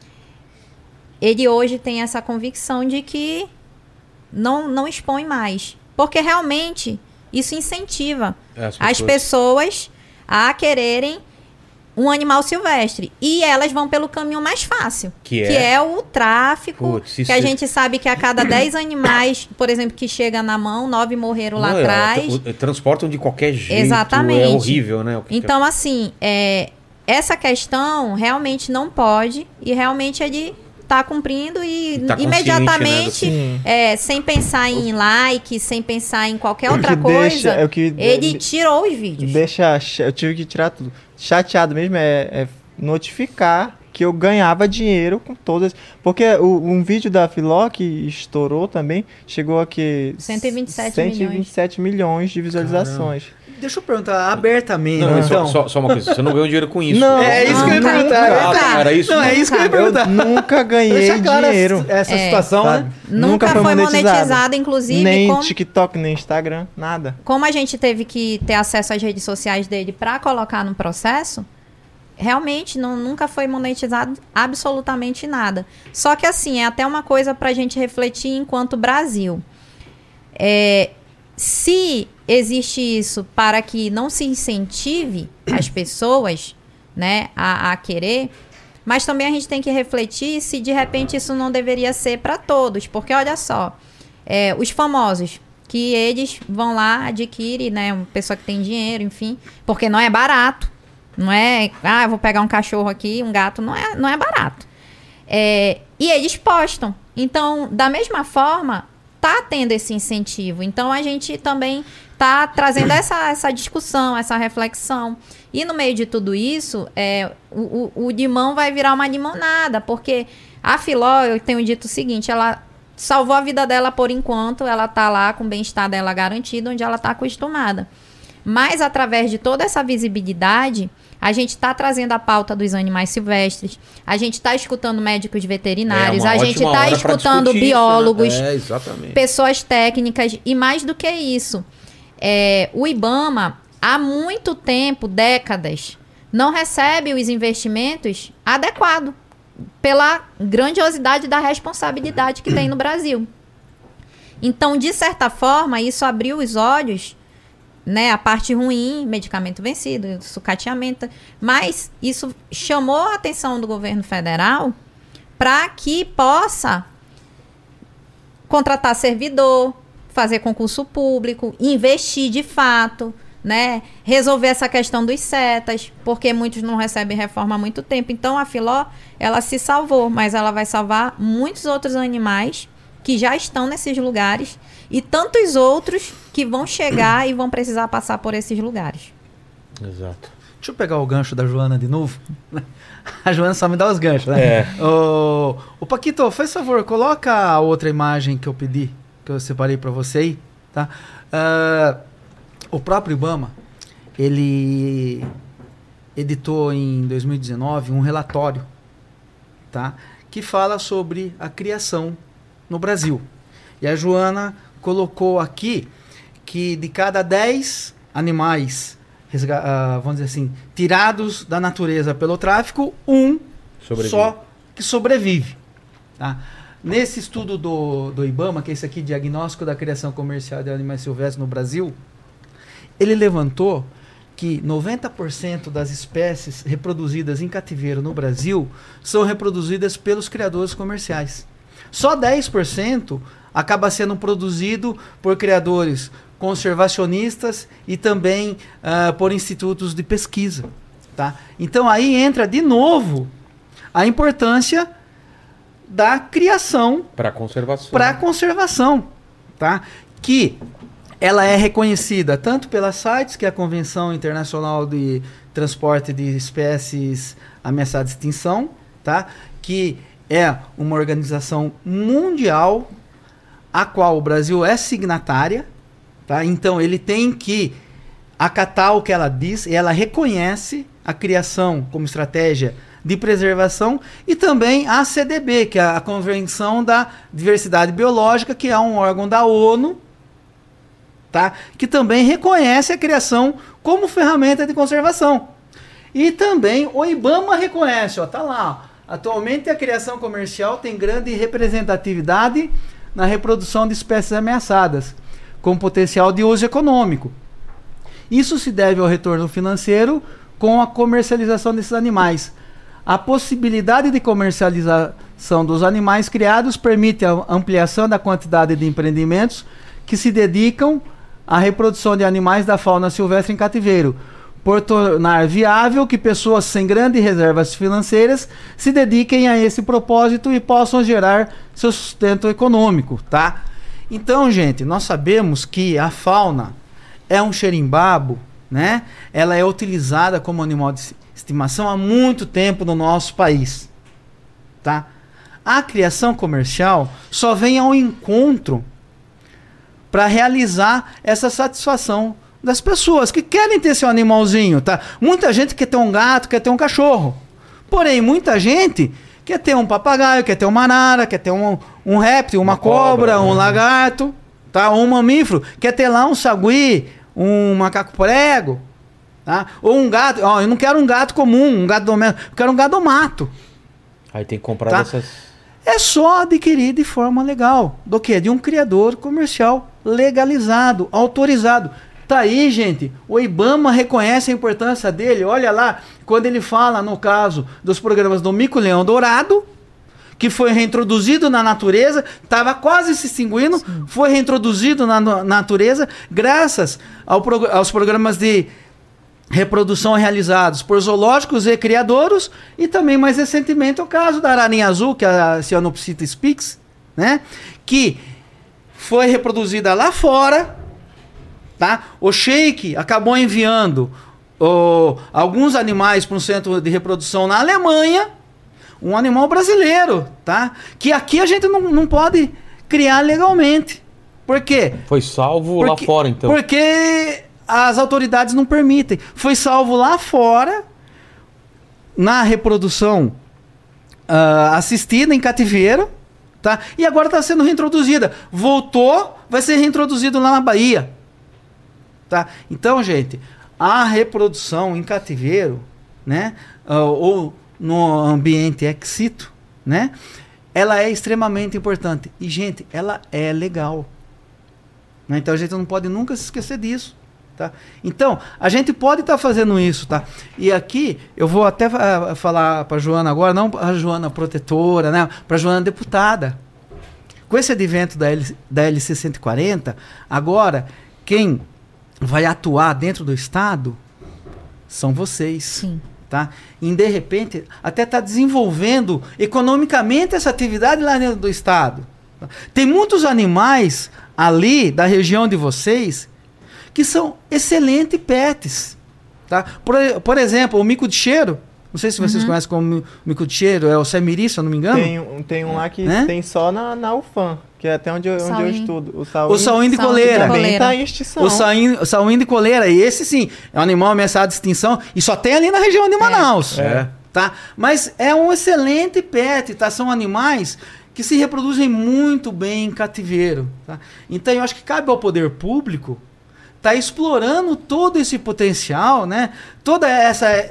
ele hoje tem essa convicção de que não, não expõe mais. Porque realmente isso incentiva é, as as pessoas a quererem um animal silvestre. E elas vão pelo caminho mais fácil, Que que é? é o tráfico. Putz, que isso a é- gente sabe que a cada dez animais, por exemplo, que chega na mão, nove morreram lá Não, é, atrás. o- transportam de qualquer jeito. Exatamente. É horrível, né? O que Então, assim, é, essa questão realmente não pode e realmente ele está cumprindo e, E tá consciente, imediatamente, Sim. é, sem pensar em like, sem pensar em qualquer O outra que coisa, deixa- é o que ele de- tirou os vídeos. Deixa, cha- eu tive que tirar tudo. Chateado mesmo é, é notificar que eu ganhava dinheiro com todas. Porque o, um vídeo da Filó que estourou também chegou a que cento e vinte e sete cento e vinte e sete milhões de visualizações. Deixa eu perguntar abertamente. Não, mas só, então. só, só uma coisa, você não ganhou dinheiro com isso. Não. É isso que eu ia Nunca. perguntar. Ah, Exato. era isso? Não, é isso que eu ia Nunca. Eu perguntar. nunca ganhei Deixa clara dinheiro. essa É, situação, sabe? né? Nunca, foi monetizado, inclusive, Nem como, TikTok, nem Instagram, nada. como a gente teve que ter acesso às redes sociais dele para colocar no processo, realmente não, nunca foi monetizado absolutamente nada. Só que assim, é até uma coisa para a gente refletir enquanto Brasil. É, se existe isso para que não se incentive as pessoas, né, a, a querer, mas também a gente tem que refletir se de repente isso não deveria ser para todos, porque olha só, é, os famosos que eles vão lá, adquirem, né, uma pessoa que tem dinheiro, enfim, porque não é barato, não é, ah, eu vou pegar um cachorro aqui, um gato, não é, não é barato. É, e eles postam. Então, da mesma forma, tá tendo esse incentivo. Então, a gente também tá trazendo essa, essa discussão, essa reflexão. E no meio de tudo isso, é, o, o, o limão vai virar uma limonada, porque a Filó, eu tenho dito o seguinte, ela salvou a vida dela por enquanto, ela tá lá com o bem-estar dela garantido, onde ela tá acostumada. Mas, através de toda essa visibilidade, A gente está trazendo a pauta dos animais silvestres, a gente está escutando médicos veterinários, É uma a gente ótima está hora pra escutando discutir isso, biólogos, né? É, exatamente. pessoas técnicas e mais do que isso. É, o IBAMA, há muito tempo, décadas, não recebe os investimentos adequados pela grandiosidade da responsabilidade que tem no Brasil. Então, de certa forma, isso abriu os olhos, né, a parte ruim, medicamento vencido, sucateamento, mas isso chamou a atenção do governo federal para que possa contratar servidor, fazer concurso público, investir de fato, né, resolver essa questão dos setas, porque muitos não recebem reforma há muito tempo. Então, a Filó, ela se salvou, mas ela vai salvar muitos outros animais que já estão nesses lugares e tantos outros que vão chegar e vão precisar passar por esses lugares. Exato. Deixa eu pegar o gancho da Joana de novo. A Joana só me dá os ganchos, né? É. Ô, ô Paquito, faz favor, coloca a outra imagem que eu pedi, que eu separei para você aí, tá? Uh, o próprio IBAMA, ele editou em dois mil e dezenove um relatório, tá? Que fala sobre a criação no Brasil. E a Joana colocou aqui que de cada dez animais, uh, vamos dizer assim, tirados da natureza pelo tráfico, um sobrevive. Só que sobrevive. Tá? Nesse estudo do, do IBAMA, que é esse aqui, Diagnóstico da Criação Comercial de Animais Silvestres no Brasil, ele levantou que noventa por cento das espécies reproduzidas em cativeiro no Brasil são reproduzidas pelos criadores comerciais. Só dez por cento acaba sendo produzido por criadores conservacionistas e também uh, por institutos de pesquisa. Tá? Então aí entra de novo a importância da criação para conservação. Para conservação, tá? Que ela é reconhecida tanto pela CITES, que é a Convenção Internacional de Transporte de Espécies Ameaçadas de Extinção, tá? Que é uma organização mundial a qual o Brasil é signatária, tá? Então ele tem que acatar o que ela diz, e ela reconhece a criação como estratégia de preservação, e também a C D B, que é a Convenção da Diversidade Biológica, que é um órgão da ONU, tá? Que também reconhece a criação como ferramenta de conservação. E também o IBAMA reconhece, ó, tá lá, ó. Atualmente, a criação comercial tem grande representatividade na reprodução de espécies ameaçadas, com potencial de uso econômico. Isso se deve ao retorno financeiro com a comercialização desses animais. A possibilidade de comercialização dos animais criados permite a ampliação da quantidade de empreendimentos que se dedicam à reprodução de animais da fauna silvestre em cativeiro, por tornar viável que pessoas sem grandes reservas financeiras se dediquem a esse propósito e possam gerar seu sustento econômico, tá? Então, gente, nós sabemos que a fauna é um xerimbabo, né? Ela é utilizada como animal de estimação há muito tempo no nosso país, tá? A criação comercial só vem ao encontro para realizar essa satisfação das pessoas que querem ter seu animalzinho, tá? Muita gente quer ter um gato, quer ter um cachorro. Porém, muita gente quer ter um papagaio, quer ter uma arara, quer ter um, um réptil, uma, uma cobra, cobra, um né? lagarto, tá? Ou um mamífero. Quer ter lá um sagui, um macaco prego, tá? Ou um gato. Ó, eu não quero um gato comum, um gato doméstico. Eu quero um gato do mato. Aí tem que comprar tá? dessas... É só adquirir de forma legal. Do quê? De um criador comercial legalizado, autorizado. Tá aí, gente, o IBAMA reconhece a importância dele. Olha lá, quando ele fala, no caso dos programas do mico-leão dourado, que foi reintroduzido na natureza, estava quase se extinguindo, Sim. foi reintroduzido na no, natureza graças ao prog aos programas de reprodução realizados por zoológicos e criadouros, e também, mais recentemente, o caso da ararinha azul, que é a Cyanopsita spix, né, que foi reproduzida lá fora. Tá? O Sheik acabou enviando oh, alguns animais para um centro de reprodução na Alemanha, um animal brasileiro, tá? Que aqui a gente não, não pode criar legalmente. Por quê? Foi salvo porque, lá fora, então. Porque as autoridades não permitem. Foi salvo lá fora na reprodução uh, assistida em cativeiro, tá? E agora está sendo reintroduzida. Voltou, vai ser reintroduzido lá na Bahia. Tá? Então, gente, a reprodução em cativeiro, né? Uh, ou no ambiente ex-situ, né? Ela é extremamente importante. E, gente, ela é legal. Né? Então, a gente não pode nunca se esquecer disso. Tá? Então, a gente pode estar tá fazendo isso, tá? E aqui, eu vou até uh, falar para a Joana agora, não a Joana protetora, né? Para a Joana deputada. Com esse advento da, L, da L C cento e quarenta, agora, quem vai atuar dentro do Estado são vocês. Sim. Tá? E, de repente, até está desenvolvendo economicamente essa atividade lá dentro do Estado. Tem muitos animais ali da região de vocês que são excelentes pets. Tá? Por, por exemplo, o mico de cheiro. Não sei se vocês uhum. conhecem como mico de cheiro, é o Samiri, se eu não me engano. Tem, um- tem um lá que Né? tem só na, na U F A M, que é até onde eu, onde eu Sauim. estudo. O Sauim, O sauim de Sauim coleira. de também coleira. está em extinção. O sauim, o sauim de coleira. E esse sim, é um animal ameaçado de extinção e só tem ali na região de Manaus. É. Tá? Mas é um excelente pet, tá? São animais que se reproduzem muito bem em cativeiro. Tá? Então eu acho que cabe ao poder público tá explorando todo esse potencial, né? Toda essa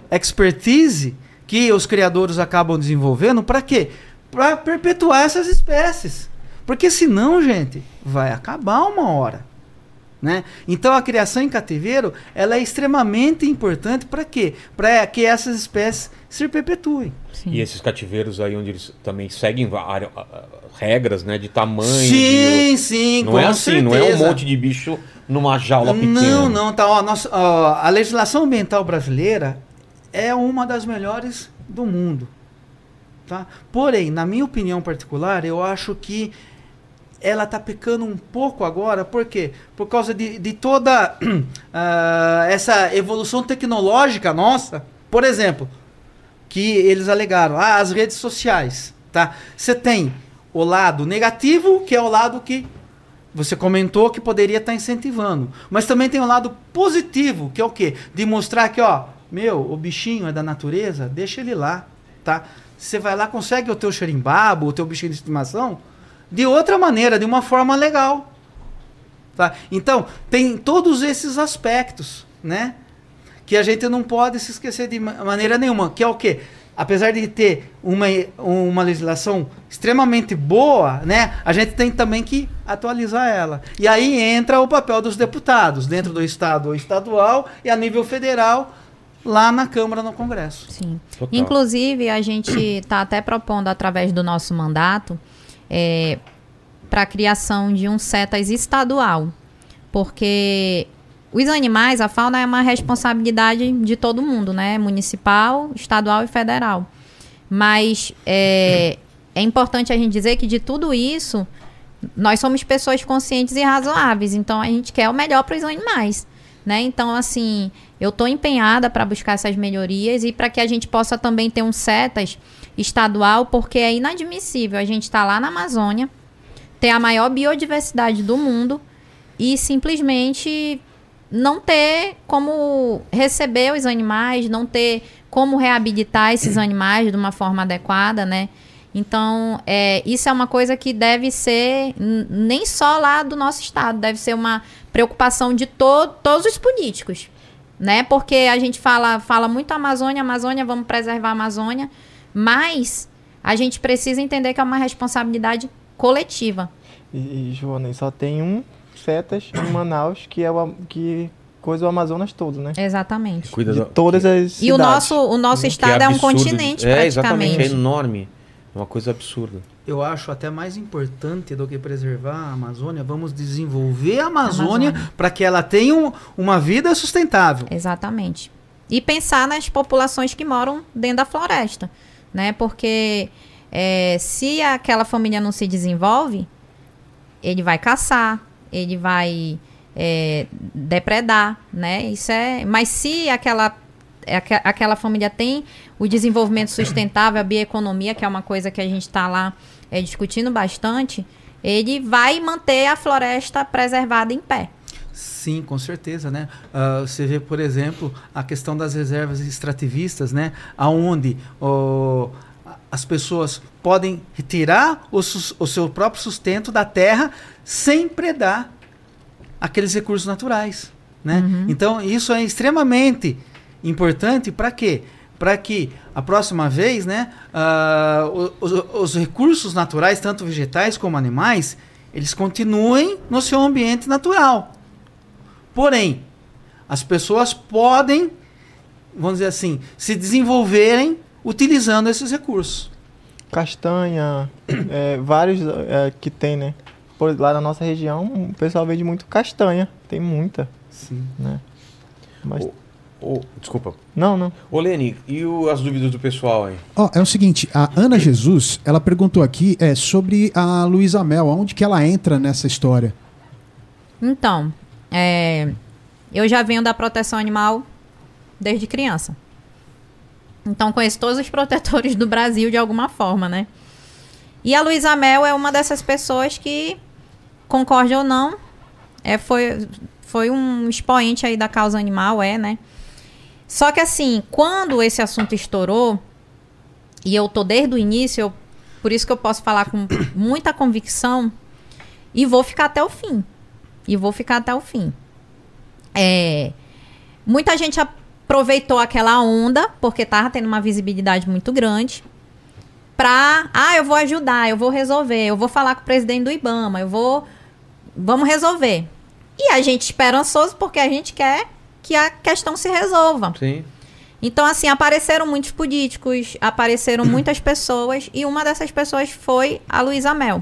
expertise que os criadores acabam desenvolvendo, para quê? Para perpetuar essas espécies. Porque senão, gente, vai acabar uma hora. Né? Então a criação em cativeiro ela é extremamente importante para quê? Para que essas espécies se perpetuem. Sim. E esses cativeiros aí onde eles também seguem várias, ah, ah, regras, né, de tamanho. Sim, de... sim, Não com é assim, não é um certeza. monte de bicho numa jaula pequena. Não, não, tá. Ó, nossa, ó, a legislação ambiental brasileira é uma das melhores do mundo. Tá? Porém, na minha opinião particular, eu acho que ela está pecando um pouco agora, por quê? Por causa de, de toda uh, essa evolução tecnológica nossa. Por exemplo, que eles alegaram, ah, as redes sociais. Tá? Você tem o lado negativo, que é o lado que você comentou que poderia estar incentivando. Mas também tem o lado positivo, que é o quê? De mostrar que, ó, meu, o bichinho é da natureza, deixa ele lá. Tá? Você vai lá, consegue o teu xerimbabo, o teu bichinho de estimação, de outra maneira, de uma forma legal. Tá? Então, tem todos esses aspectos, né? Que a gente não pode se esquecer de maneira nenhuma. Que é o quê? Apesar de ter uma, uma legislação extremamente boa, né? A gente tem também que atualizar ela. E aí entra o papel dos deputados, dentro do Estado ou estadual e a nível federal, lá na Câmara, no Congresso. Sim. Total. Inclusive, a gente está até propondo, através do nosso mandato, é, para a criação de um CETAS estadual. Porque os animais, a fauna é uma responsabilidade de todo mundo, né? Municipal, estadual e federal. Mas é, é importante a gente dizer que de tudo isso, nós somos pessoas conscientes e razoáveis. Então, a gente quer o melhor para os animais. Né? Então, assim, eu estou empenhada para buscar essas melhorias e para que a gente possa também ter um CETAS estadual, porque é inadmissível a gente estar tá lá na Amazônia, ter a maior biodiversidade do mundo e simplesmente não ter como receber os animais, não ter como reabilitar esses animais de uma forma adequada, né? Então, é, isso é uma coisa que deve ser n- nem só lá do nosso estado, deve ser uma preocupação de to- todos os políticos, né? Porque a gente fala, fala muito Amazônia, Amazônia, vamos preservar a Amazônia, mas a gente precisa entender que é uma responsabilidade coletiva. E, e Joana, e só tem um CETAS em Manaus, que é o am- que coisa o Amazonas todo, né? Exatamente. Cuida De da- todas as E o cidades. nosso, o nosso que estado é, um absurdo de- continente, É, exatamente, é praticamente. enorme. É uma coisa absurda. Eu acho até mais importante do que preservar a Amazônia, vamos desenvolver a Amazônia, Amazônia. para que ela tenha um- uma vida sustentável. Exatamente. E pensar nas populações que moram dentro da floresta, né? Porque é, se aquela família não se desenvolve, ele vai caçar, ele vai é, depredar, né? Isso é. Mas se aquela aque- aquela família tem o desenvolvimento sustentável, a bioeconomia, que é uma coisa que a gente está lá é, discutindo bastante, ele vai manter a floresta preservada em pé. Sim, com certeza, né? Uh, você vê, por exemplo, a questão das reservas extrativistas, né? Aonde oh, as pessoas podem retirar o, o seu próprio sustento da terra sem predar aqueles recursos naturais, né? Uhum. Então, isso é extremamente importante para quê? Para que a próxima vez, né, uh, os, os recursos naturais, tanto vegetais como animais, eles continuem no seu ambiente natural. Porém, as pessoas podem, vamos dizer assim, se desenvolverem utilizando esses recursos. Castanha, é, vários é, que tem, né? Por, lá na nossa região, o pessoal vende muito castanha. Tem muita. Sim. Né? Mas... Ô, ô, desculpa. Não, não. Ô, Leni, e o- as dúvidas do pessoal aí? Ó, é o seguinte, a Ana Jesus, ela perguntou aqui é, sobre a Luísa Mel, onde que ela entra nessa história? Então, é, eu já venho da proteção animal desde criança. Então, conheço todos os protetores do Brasil de alguma forma, né? E a Luísa Mel é uma dessas pessoas que, concorde ou não, é, foi, foi um expoente aí da causa animal, é, né? Só que assim, quando esse assunto estourou, e eu tô desde o início, eu, por isso que eu posso falar com muita convicção, e vou ficar até o fim. E vou ficar até o fim. É, muita gente aproveitou aquela onda, porque tava tendo uma visibilidade muito grande, pra, ah, eu vou ajudar, eu vou resolver, eu vou falar com o presidente do IBAMA, eu vou, vamos resolver. E a gente esperançoso, porque a gente quer que a questão se resolva. Sim. Então, assim, apareceram muitos políticos, apareceram muitas pessoas, e uma dessas pessoas foi a Luísa Mel.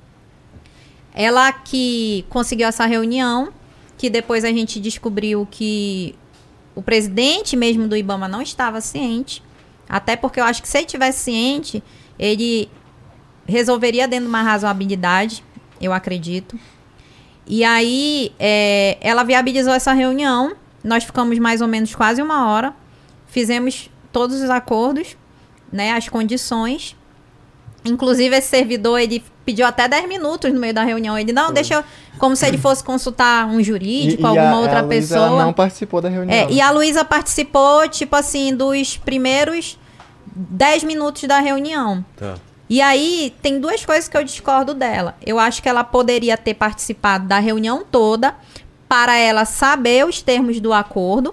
Ela que conseguiu essa reunião, que depois a gente descobriu que o presidente mesmo do IBAMA não estava ciente, até porque eu acho que se ele tivesse ciente, ele resolveria dentro de uma razoabilidade, eu acredito. E aí, é, ela viabilizou essa reunião, nós ficamos mais ou menos quase uma hora, fizemos todos os acordos, né, as condições. Inclusive, esse servidor, ele pediu até dez minutos no meio da reunião. Ele, não, deixa eu... Como se ele fosse consultar um jurídico, E- e alguma a- outra a Luísa, pessoa. ela não participou da reunião. É, e a Luísa participou, tipo assim, dos primeiros dez minutos da reunião. Tá. E aí, tem duas coisas que eu discordo dela. Eu acho que ela poderia ter participado da reunião toda para ela saber os termos do acordo.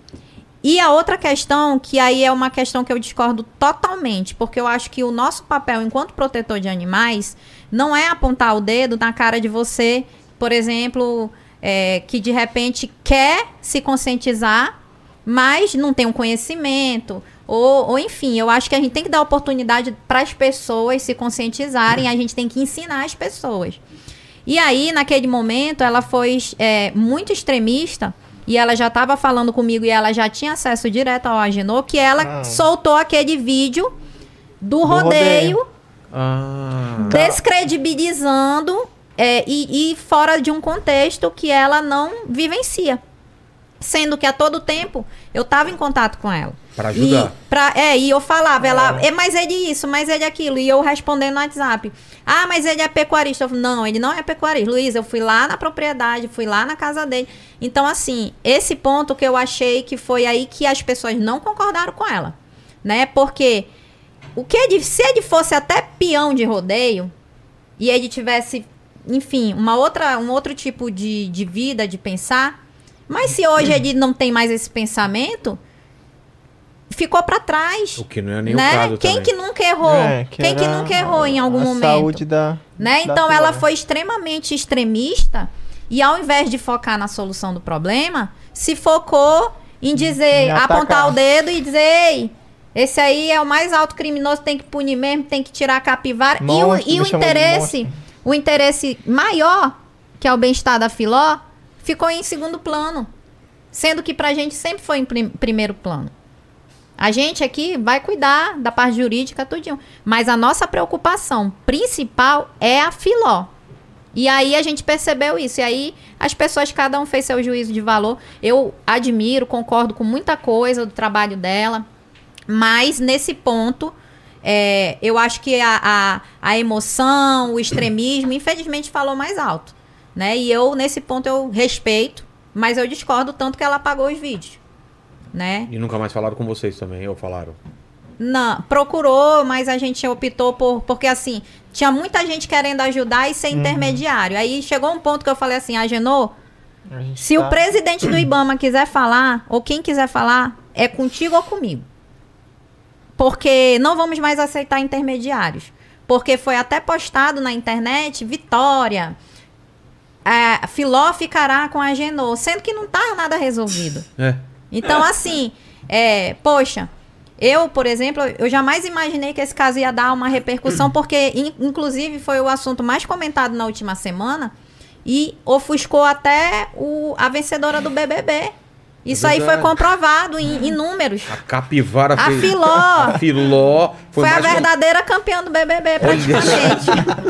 E a outra questão, que aí é uma questão que eu discordo totalmente, porque eu acho que o nosso papel enquanto protetor de animais não é apontar o dedo na cara de você, por exemplo, é, que de repente quer se conscientizar, mas não tem um conhecimento, ou, ou enfim, eu acho que a gente tem que dar oportunidade para as pessoas se conscientizarem, a gente tem que ensinar as pessoas. E aí, naquele momento, ela foi é, muito extremista, e ela já estava falando comigo e ela já tinha acesso direto ao Agenor, que ela Ah. soltou aquele vídeo do, Do rodeio, rodeio. Ah. descredibilizando é, e, e fora de um contexto que ela não vivencia. Sendo que a todo tempo eu estava em contato com ela. Pra ajudar. E, pra, é, e eu falava, ela, é, mas ele isso, mas ele aquilo. E eu respondendo no WhatsApp. Ah, mas ele é pecuarista. Eu, não, ele não é pecuarista. Luiz, eu fui lá na propriedade, fui lá na casa dele. Então, assim, esse ponto que eu achei que foi aí que as pessoas não concordaram com ela. Né? Porque o que ele, se ele fosse até peão de rodeio e ele tivesse, enfim, uma outra, um outro tipo de, de vida, de pensar... Mas se hoje ele não tem mais esse pensamento, ficou pra trás. O que não é nem né? o caso Quem também. que nunca errou? É, que Quem que era nunca errou em algum a momento? saúde da, Né? da Então ela filha. foi extremamente extremista e ao invés de focar na solução do problema, se focou em dizer, Em apontar atacar. o dedo e dizer, ei, esse aí é o mais alto criminoso, tem que punir mesmo, tem que tirar a capivara. Monstro, e o, e o me chamou de interesse, monstro. o interesse maior, que é o bem-estar da filó, ficou em segundo plano. Sendo que pra gente sempre foi em prim- primeiro plano. A gente aqui vai cuidar da parte jurídica, tudinho. Mas a nossa preocupação principal é a filó. E aí a gente percebeu isso. E aí as pessoas, cada um fez seu juízo de valor. Eu admiro, concordo com muita coisa do trabalho dela. Mas nesse ponto, é, eu acho que a, a, a emoção, o extremismo, infelizmente falou mais alto. Né? E eu, nesse ponto, eu respeito. Mas eu discordo tanto que ela apagou os vídeos, né? E nunca mais falaram com vocês também, ou falaram? Não, procurou, mas a gente optou por... Porque, assim, tinha muita gente querendo ajudar e ser Uhum. intermediário. Aí chegou um ponto que eu falei assim, Agenor, A gente se tá- o presidente do IBAMA quiser falar, ou quem quiser falar, é contigo ou comigo. Porque não vamos mais aceitar intermediários. Porque foi até postado na internet, Vitória, é, Filó ficará com a Agenor, sendo que não tá nada resolvido. É. Então, assim, é, poxa, eu, por exemplo, eu jamais imaginei que esse caso ia dar uma repercussão, porque, in- inclusive, foi o assunto mais comentado na última semana e ofuscou até o, a vencedora do B B B. Isso aí foi verdade. comprovado em, em números. A capivara A fez... Filó. A Filó foi, Foi a mais com- verdadeira campeã do B B B, praticamente.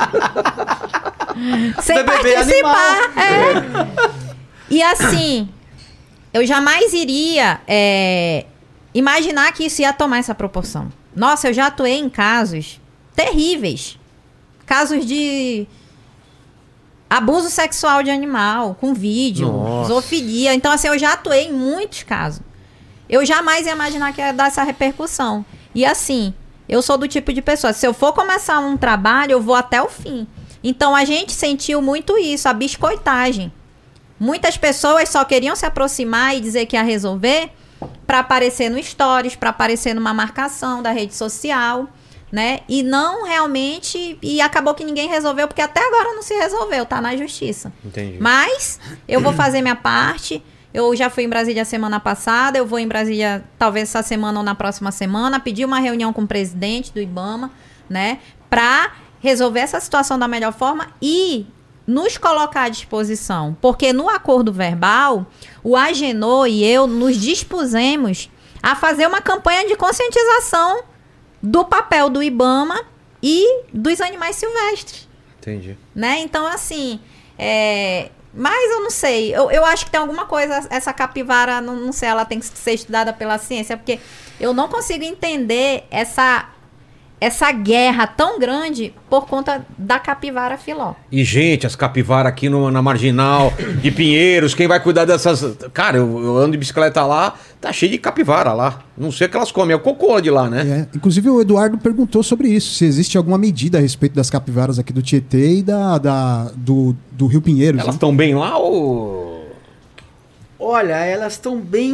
Sem B B B participar. É. E assim, eu jamais iria é, imaginar que isso ia tomar essa proporção. Nossa, eu já atuei em casos terríveis. Casos de abuso sexual de animal, com vídeo, Nossa. zoofilia. Então, assim, eu já atuei em muitos casos. Eu jamais ia imaginar que ia dar essa repercussão. E assim, eu sou do tipo de pessoa, se eu for começar um trabalho, eu vou até o fim. Então, a gente sentiu muito isso, a biscoitagem. Muitas pessoas só queriam se aproximar e dizer que ia resolver para aparecer no stories, para aparecer numa marcação da rede social, né? E não realmente... E acabou que ninguém resolveu, porque até agora não se resolveu, tá na justiça. Entendi. Mas eu vou fazer minha parte. Eu já fui em Brasília semana passada, eu vou em Brasília talvez essa semana ou na próxima semana, pedir uma reunião com o presidente do IBAMA, né? Para resolver essa situação da melhor forma e nos colocar à disposição. Porque no acordo verbal, o Agenor e eu nos dispusemos a fazer uma campanha de conscientização do papel do IBAMA e dos animais silvestres, Entendi. né? Então, assim, é... mas eu não sei, eu, eu acho que tem alguma coisa, essa capivara, não, não sei, ela tem que ser estudada pela ciência, porque eu não consigo entender essa, essa guerra tão grande por conta da capivara Filó. E, gente, as capivaras aqui no- na Marginal de Pinheiros, quem vai cuidar dessas... Cara, eu, eu ando de bicicleta lá, tá cheio de capivara lá. Não sei o que elas comem, é o cocô de lá, né? É, inclusive o Eduardo perguntou sobre isso, se existe alguma medida a respeito das capivaras aqui do Tietê e da, da- do, do Rio Pinheiros. Elas né? estão bem lá ou... Olha, elas estão bem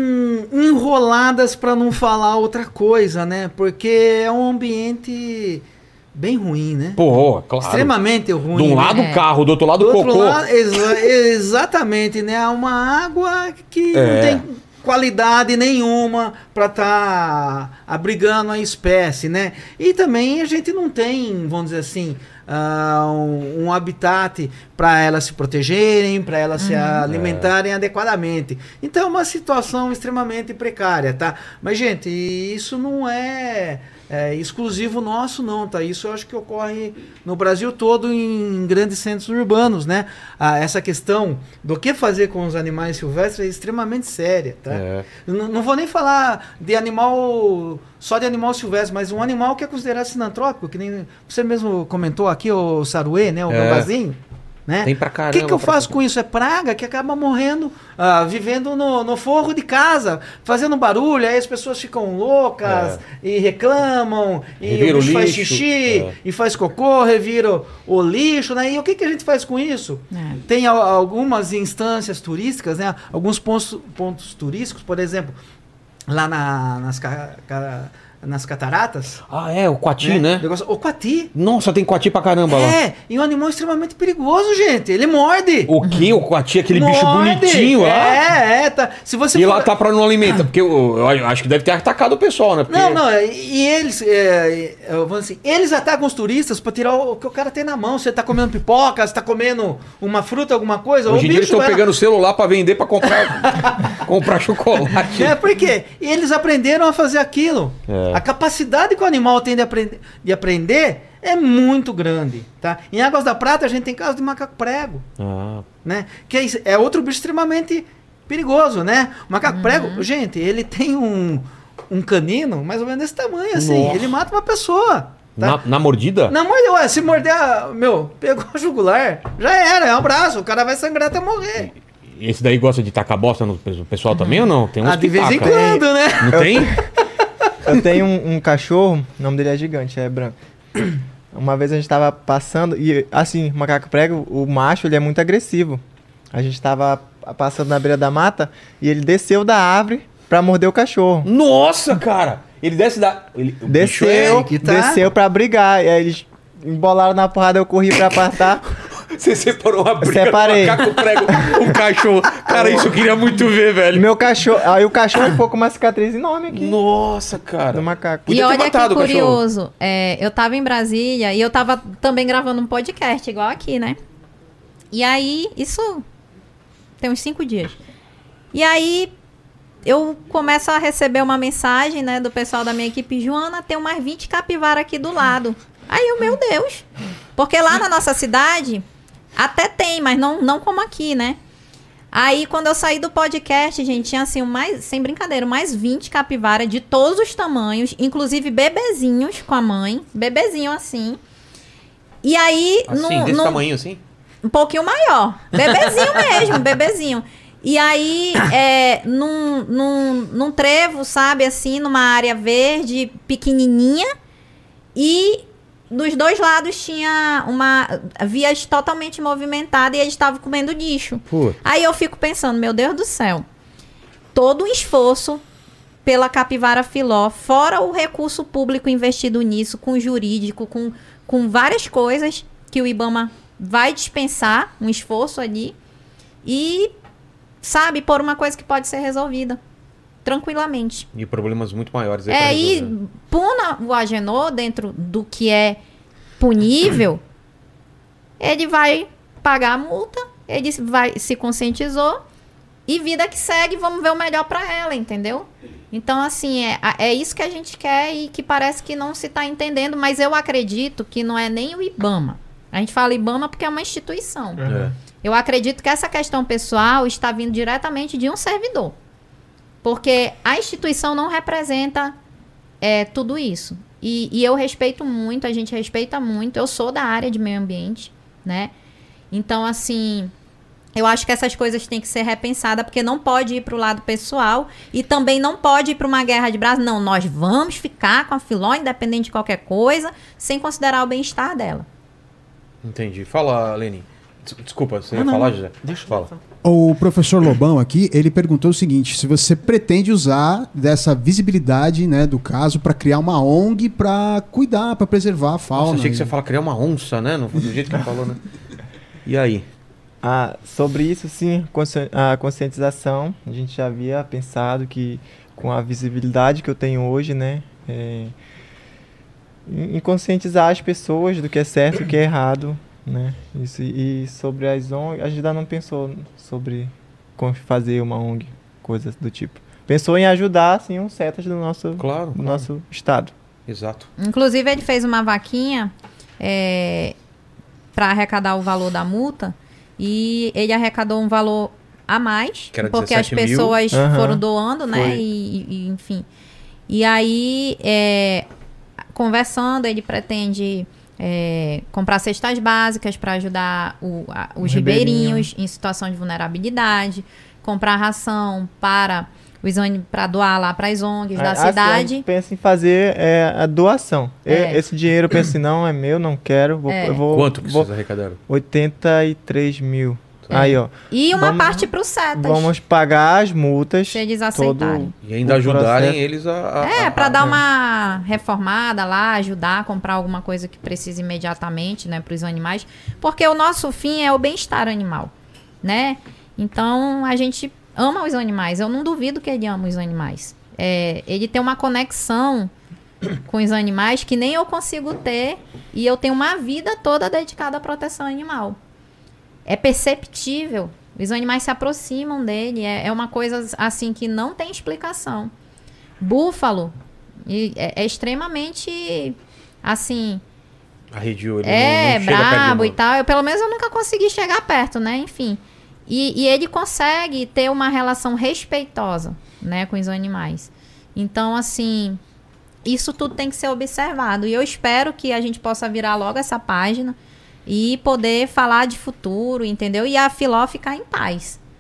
enroladas para não falar outra coisa, né? Porque é um ambiente bem ruim, né? Pô, claro. Extremamente ruim. De um né? lado É. carro, do outro lado Do outro cocô. lado, exa- exatamente, né? É uma água que É. não tem qualidade nenhuma para estar abrigando a espécie, né? E também a gente não tem, vamos dizer assim, ah, um, um habitat para elas se protegerem, para elas se alimentarem adequadamente. Então é uma situação extremamente precária, tá? Mas, gente, isso não é, é exclusivo nosso, não, tá? Isso eu acho que ocorre no Brasil todo, em grandes centros urbanos, né? Ah, essa questão do que fazer com os animais silvestres é extremamente séria, tá? É. Não, não vou nem falar de animal, só de animal silvestre, mas um animal que é considerado sinantrópico, que nem você mesmo comentou aqui, o saruê, né? O É. gambazinho. Né? Tem pra O caramba. que, que eu pra- faço com isso? É praga que acaba morrendo, ah, vivendo no, no forro de casa, fazendo barulho, aí as pessoas ficam loucas e reclamam, e Revira o o bicho faz lixo, xixi, é. e faz cocô, revira o, o lixo, né? E o que, que a gente faz com isso? É. Tem al- algumas instâncias turísticas, né? Alguns pontos, pontos turísticos, por exemplo, lá na- nas, ca- ca- nas cataratas. Ah, é, o coati, né? Negócio- o coati. Nossa, tem coati pra caramba lá. É, e um animal extremamente perigoso, gente. Ele morde. O que? O coati, aquele bicho Morde. bonitinho lá? É, é, tá. Se você E for- lá tá pra não alimentar, porque eu, eu acho que deve ter atacado o pessoal, né? Porque... Não, não, e e eles, é, é, vamos assim, eles atacam os turistas pra tirar o, o que o cara tem na mão. Você tá comendo pipoca, você tá comendo uma fruta, alguma coisa, Hoje em o dia eles bicho estão vai lá- pegando o celular pra vender, pra comprar, comprar chocolate. É, por quê? E eles aprenderam a fazer aquilo. É. A capacidade que o animal tem de, aprender, de aprender é muito grande, tá? Em Águas da Prata a gente tem caso de macaco prego, Ah, né? Que é, isso- é outro bicho extremamente perigoso, né? O macaco prego, gente, ele tem um, um canino mais ou menos desse tamanho, assim. Nossa. Ele mata uma pessoa. Tá? na, na mordida? Na morde, ué, se morder, a- meu, pegou a jugular, já era, é um braço, o cara vai sangrar até morrer. esse daí gosta de tacar bosta no pe- pessoal também ou não? Tem uns Ah, de que vez em taca. quando, né? Não tem? Eu tenho um, um cachorro, o nome dele é Gigante, é branco. Uma vez a gente tava passando, e assim, o macaco prego, o macho, ele é muito agressivo. A gente tava passando na beira da mata e ele desceu da árvore pra morder o cachorro. Nossa, cara! Ele desce da... Ele, o bicho Desceu, é- que tá. desceu pra brigar. E aí eles embolaram na porrada, eu corri pra apartar. Você separou uma briga Separei. do macaco prego com o cachorro. Cara, isso eu queria muito ver, velho. Meu cachorro, aí o cachorro ficou com uma cicatriz enorme aqui Nossa, cara. no macaco. Podia E ter olha que matado o cachorro. curioso, é, eu tava em Brasília e eu tava também gravando um podcast, igual aqui, né? E aí, isso tem uns cinco dias. E aí, eu começo a receber uma mensagem, né, do pessoal da minha equipe, Joana, tem umas vinte capivaras aqui do lado. Aí eu, meu Deus, porque lá na nossa cidade, até tem, mas não, não como aqui, né? Aí, quando eu saí do podcast, gente, tinha assim, mais, sem brincadeira, mais vinte capivaras de todos os tamanhos, inclusive bebezinhos com a mãe, bebezinho assim. E aí, Assim, num- desse num- tamanho assim? um pouquinho maior. Bebezinho mesmo, bebezinho. E aí, é, num, num, num trevo, sabe, assim, numa área verde, pequenininha. E dos dois lados tinha uma vias totalmente movimentada e eles estavam comendo lixo. Pô. Aí eu fico pensando, meu Deus do céu, todo o esforço pela capivara filó, fora o recurso público investido nisso, com jurídico, com, com várias coisas que o IBAMA vai dispensar, um esforço ali, e, sabe, por uma coisa que pode ser resolvida tranquilamente. E problemas muito maiores. aí pra É, resolver. e puna o Agenor dentro do que é punível, ele vai pagar a multa, ele vai se conscientizou e vida que segue, vamos ver o melhor para ela, entendeu? Então, assim, é, é isso que a gente quer e que parece que não se está entendendo, mas eu acredito que não é nem o IBAMA. A gente fala IBAMA porque é uma instituição. É. Eu acredito que essa questão pessoal está vindo diretamente de um servidor. Porque a instituição não representa é, tudo isso. E, e eu respeito muito, a gente respeita muito. Eu sou da área de meio ambiente, né? Então, assim, eu acho que essas coisas têm que ser repensadas, porque não pode ir para o lado pessoal e também não pode ir para uma guerra de braços. Não, nós vamos ficar com a filó, independente de qualquer coisa, sem considerar o bem-estar dela. Entendi. Fala, Lenin. Des- Desculpa, você Ah, ia não. falar, José? Deixa eu Fala. falar. O professor Lobão aqui, ele perguntou o seguinte: se você pretende usar dessa visibilidade, né, do caso para criar uma O N G para cuidar, para preservar a fauna. Nossa, achei que você né? ia falar criar uma onça, né? No- Do jeito que ele falou, né? E aí? Ah, sobre isso, sim, consci- a conscientização, a gente já havia pensado que com a visibilidade que eu tenho hoje, né, é, em, em conscientizar as pessoas do que é certo e o que é errado, né, isso, e sobre as O N Gs, a gente ainda não pensou sobre como fazer uma O N G, coisas do tipo. Pensou em ajudar, assim, os setas do nosso, Claro, do claro. nosso estado. Exato. Inclusive, ele fez uma vaquinha é, para arrecadar o valor da multa e ele arrecadou um valor a mais, Que era porque as dezessete mil. pessoas Aham. foram doando, né? Foi. E, e- enfim. E aí, é, conversando, ele pretende é, comprar cestas básicas para ajudar o- a- os O ribeirinho. ribeirinhos em situação de vulnerabilidade, comprar ração para os para doar lá para as O N Gs da Assim, a cidade. gente pensa em fazer é, a doação. É. E- Esse dinheiro eu penso assim, não, é meu, não quero, vou, É. eu vou... Quanto que vou vocês arrecadaram? oitenta e três mil. É. Aí, ó. E uma Vamos- parte para os setas. Vamos pagar as multas. Se eles todo aceitarem. E ainda o ajudarem processo. eles a... a- É, a- para a- dar uma reformada lá, ajudar a comprar alguma coisa que precise imediatamente, né, para os animais, porque o nosso fim é o bem-estar animal, né? Então a gente ama os animais. Eu não duvido que ele ama os animais. É, ele tem uma conexão com os animais que nem eu consigo ter e eu tenho uma vida toda dedicada à proteção animal. É perceptível. Os animais se aproximam dele. É, é uma coisa assim que não tem explicação. Búfalo e é, é extremamente assim. Arrediou ele. É, não, não chega perto de brabo uma- e tal. Eu, pelo menos eu nunca consegui chegar perto, né? Enfim. E, e ele consegue ter uma relação respeitosa, né, com os animais. Então, assim, isso tudo tem que ser observado. E eu espero que a gente possa virar logo essa página e poder falar de futuro, entendeu? E a Filó ficar em paz.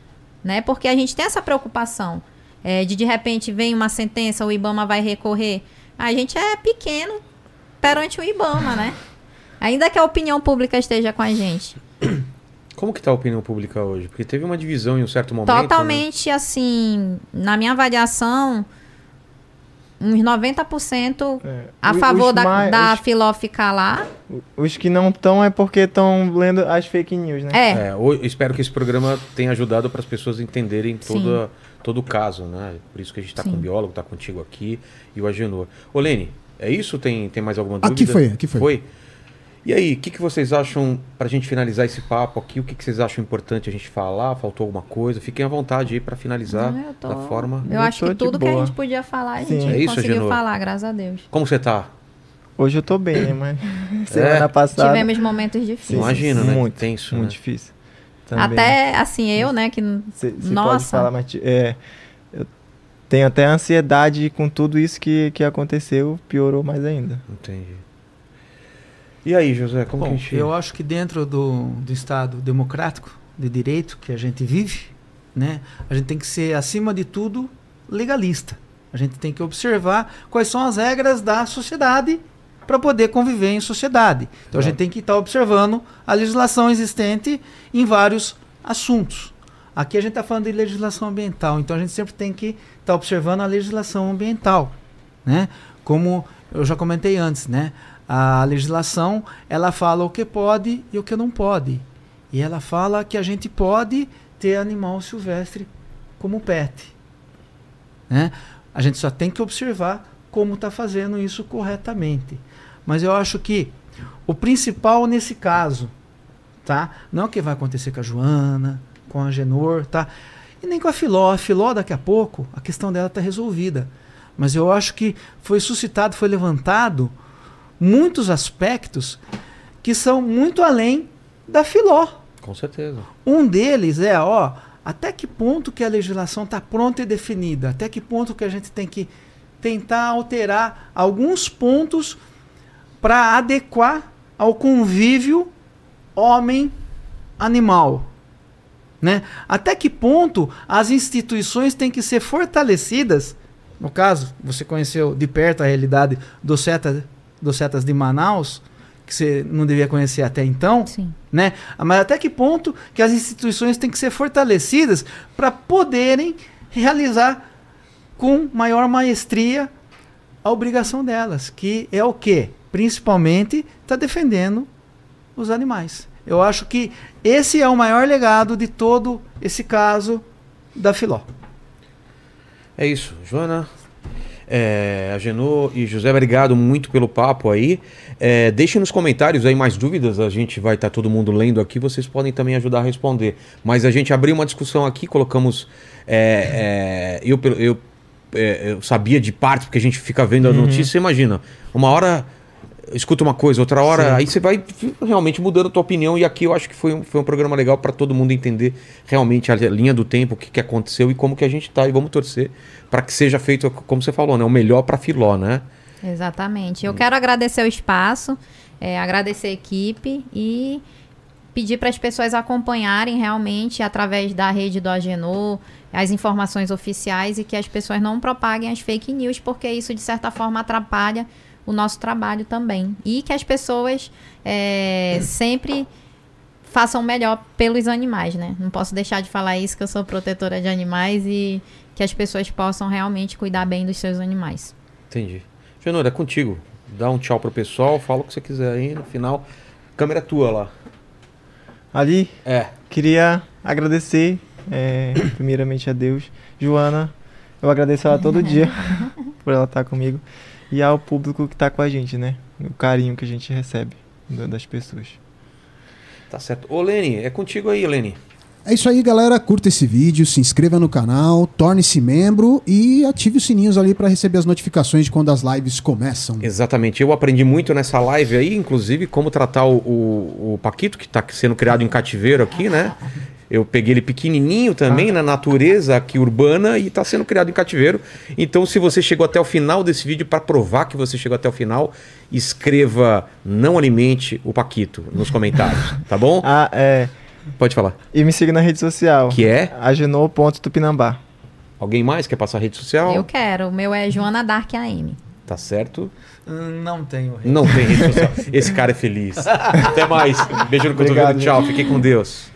né? Porque a gente tem essa preocupação é, de de repente vem uma sentença, o IBAMA vai recorrer. A gente é pequeno perante o IBAMA, né? Ainda que a opinião pública esteja com a gente. Como que tá a opinião pública hoje? Porque teve uma divisão em um certo momento. Totalmente, né? Assim, na minha avaliação, uns noventa por cento É. a Os- favor os da, mais- da os- Filó ficar lá. Os que não estão é porque estão lendo as fake news, né? É, É, eu espero que esse programa tenha ajudado para as pessoas entenderem Sim. toda, todo o caso, né? Por isso que a gente está com Sim. o biólogo, está contigo aqui e o Agenor. Ô, Lene, é isso? Tem, tem mais alguma dúvida? Aqui foi, aqui foi. Foi? E aí, o que, que vocês acham, para a gente finalizar esse papo aqui, o que, que vocês acham importante a gente falar? Faltou alguma coisa? Fiquem à vontade aí para finalizar eu tô- da forma... eu Eu acho tô que de tudo que a boa. gente podia falar, a Sim. gente É isso, conseguiu Agenor? falar, graças a Deus. Como você tá? Hoje eu tô bem, né? Mas semana passada... Tivemos momentos difíceis. Imagina, né? Muito, Tenso, muito né? difícil. Também. Até, assim, eu, né, que... Você pode Nossa. falar, mas ti- é, eu tenho até ansiedade com tudo isso que, que aconteceu, piorou mais ainda. Entendi. E aí, José, como Bom, que a gente... eu acho que dentro do, do Estado democrático, de direito que a gente vive, né, a gente tem que ser, acima de tudo, legalista. A gente tem que observar quais são as regras da sociedade para poder conviver em sociedade. Então a Claro. gente tem que estar observando a legislação existente em vários assuntos. Aqui a gente está falando de legislação ambiental, então a gente sempre tem que estar observando a legislação ambiental, né? Como eu já comentei antes, né? A legislação, ela fala o que pode e o que não pode. E ela fala que a gente pode ter animal silvestre como pet, né? A gente só tem que observar como está fazendo isso corretamente. Mas eu acho que o principal nesse caso, tá? Não é o que vai acontecer com a Joana, com a Agenor, tá? E nem com a Filó. A Filó, daqui a pouco, a questão dela está resolvida. Mas eu acho que foi suscitado, foi levantado muitos aspectos que são muito além da Filó. Com certeza. Um deles é, ó, até que ponto que a legislação está pronta e definida, até que ponto que a gente tem que tentar alterar alguns pontos para adequar ao convívio homem-animal, né? Até que ponto as instituições têm que ser fortalecidas. No caso, você conheceu de perto a realidade dos setas, dos setas de Manaus, que você não devia conhecer até então, Sim. né? Mas até que ponto que as instituições têm que ser fortalecidas para poderem realizar com maior maestria a obrigação delas, que é o quê? Principalmente está defendendo os animais. Eu acho que esse é o maior legado de todo esse caso da Filó. É isso, Joana, é, Agenor e José, obrigado muito pelo papo aí. É, deixem nos comentários aí mais dúvidas, a gente vai estar todo mundo lendo aqui, vocês podem também ajudar a responder. Mas a gente abriu uma discussão aqui, colocamos... É, é, eu, eu, é, eu sabia de parte, porque a gente fica vendo a Uhum. notícia, você imagina, uma hora... escuta uma coisa, outra hora, Sim. aí você vai realmente mudando a tua opinião. E aqui eu acho que foi um, foi um programa legal para todo mundo entender realmente a linha do tempo, o que, que aconteceu e como que a gente tá. E vamos torcer para que seja feito, como você falou, né, o melhor para Filó, né? Exatamente. Eu quero agradecer o espaço, é, agradecer a equipe e pedir para as pessoas acompanharem realmente através da rede do Agenor as informações oficiais e que as pessoas não propaguem as fake news, porque isso de certa forma atrapalha o nosso trabalho também. E que as pessoas é, sempre façam melhor pelos animais, né? Não posso deixar de falar isso, que eu sou protetora de animais e que as pessoas possam realmente cuidar bem dos seus animais. Entendi. Genora, é contigo. Dá um tchau pro pessoal, fala o que você quiser aí no final. Câmera tua lá. Ali, É. queria agradecer, é, primeiramente a Deus. Joana, eu agradeço ela todo dia por ela estar comigo. E ao público que está com a gente, né? O carinho que a gente recebe da- das pessoas. Tá certo. Ô, Lene, é contigo aí, Lene. É isso aí, galera. Curta esse vídeo, se inscreva no canal, torne-se membro e ative os sininhos ali para receber as notificações de quando as lives começam. Exatamente. Eu aprendi muito nessa live aí, inclusive, como tratar o, o, o Paquito, que está sendo criado em cativeiro aqui, né? Eu peguei ele pequenininho também, na natureza aqui urbana, e está sendo criado em cativeiro. Então, se você chegou até o final desse vídeo, para provar que você chegou até o final, escreva "não alimente o Paquito" nos comentários, tá bom? Ah, é. Pode falar. E me siga na rede social. Que é? agenor ponto tupinambá. Alguém mais quer passar a rede social? Eu quero. O meu é Joana Dark A M. Tá certo? Hum, Não tenho rede. Não tem rede social. Esse cara é feliz. Até mais. Beijo no cotovelo. Obrigado, Tchau. Fiquem com Deus.